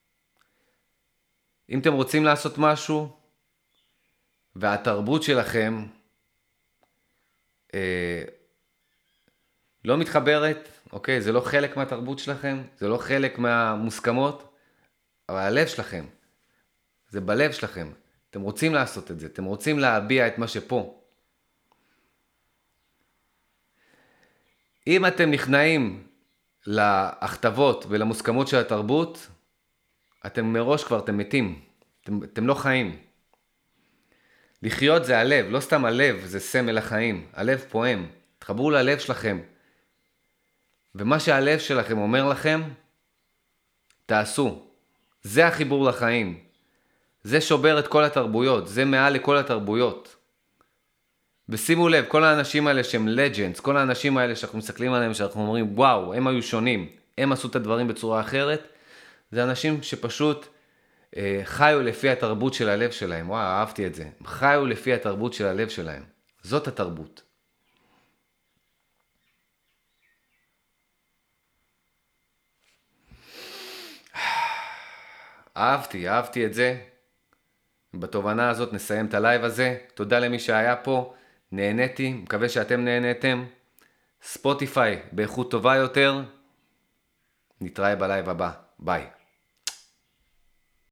אם אתם רוצים לעשות משהו, והתרבות שלכם אה, לא מתחברת, אוקיי? זה לא חלק מהתרבות שלכם, זה לא חלק מהמוסכמות, אבל הלב שלכם, זה בלב שלכם. אתם רוצים לעשות את זה, אתם רוצים להביע את מה שפה. אם אתם נכנעים להכתבות ולמוסכמות של התרבות, אתם מראש כבר, אתם מתים, אתם, אתם לא חיים. לחיות זה הלב, לא סתם הלב, זה סמל החיים. הלב פועם, תחברו ללב שלכם. ומה שהלב שלכם אומר לכם, תעשו. זה החיבור לחיים. זה שובר את כל התרבויות, זה מעל לכל התרבויות. ושימו לב, כל האנשים האלה שהם לג'נדס, כל האנשים האלה שאנחנו מסתכלים עליהם, שאנחנו אומרים, וואו, הם היו שונים, הם עשו את הדברים בצורה אחרת, זה אנשים שפשוט אה, חיו לפי התרבות של הלב שלהם. וואו, אהבתי את זה. הם חיו לפי התרבות של הלב שלהם. זאת התרבות. אהבתי, אהבתי את זה. בתובנה הזאת נסיים את הלייב הזה. תודה למי שהיה פה. נהניתי, מקווה שאתם נהניתם. ספוטיפיי באיכות טובה יותר. נתראה בלייב הבא. ביי.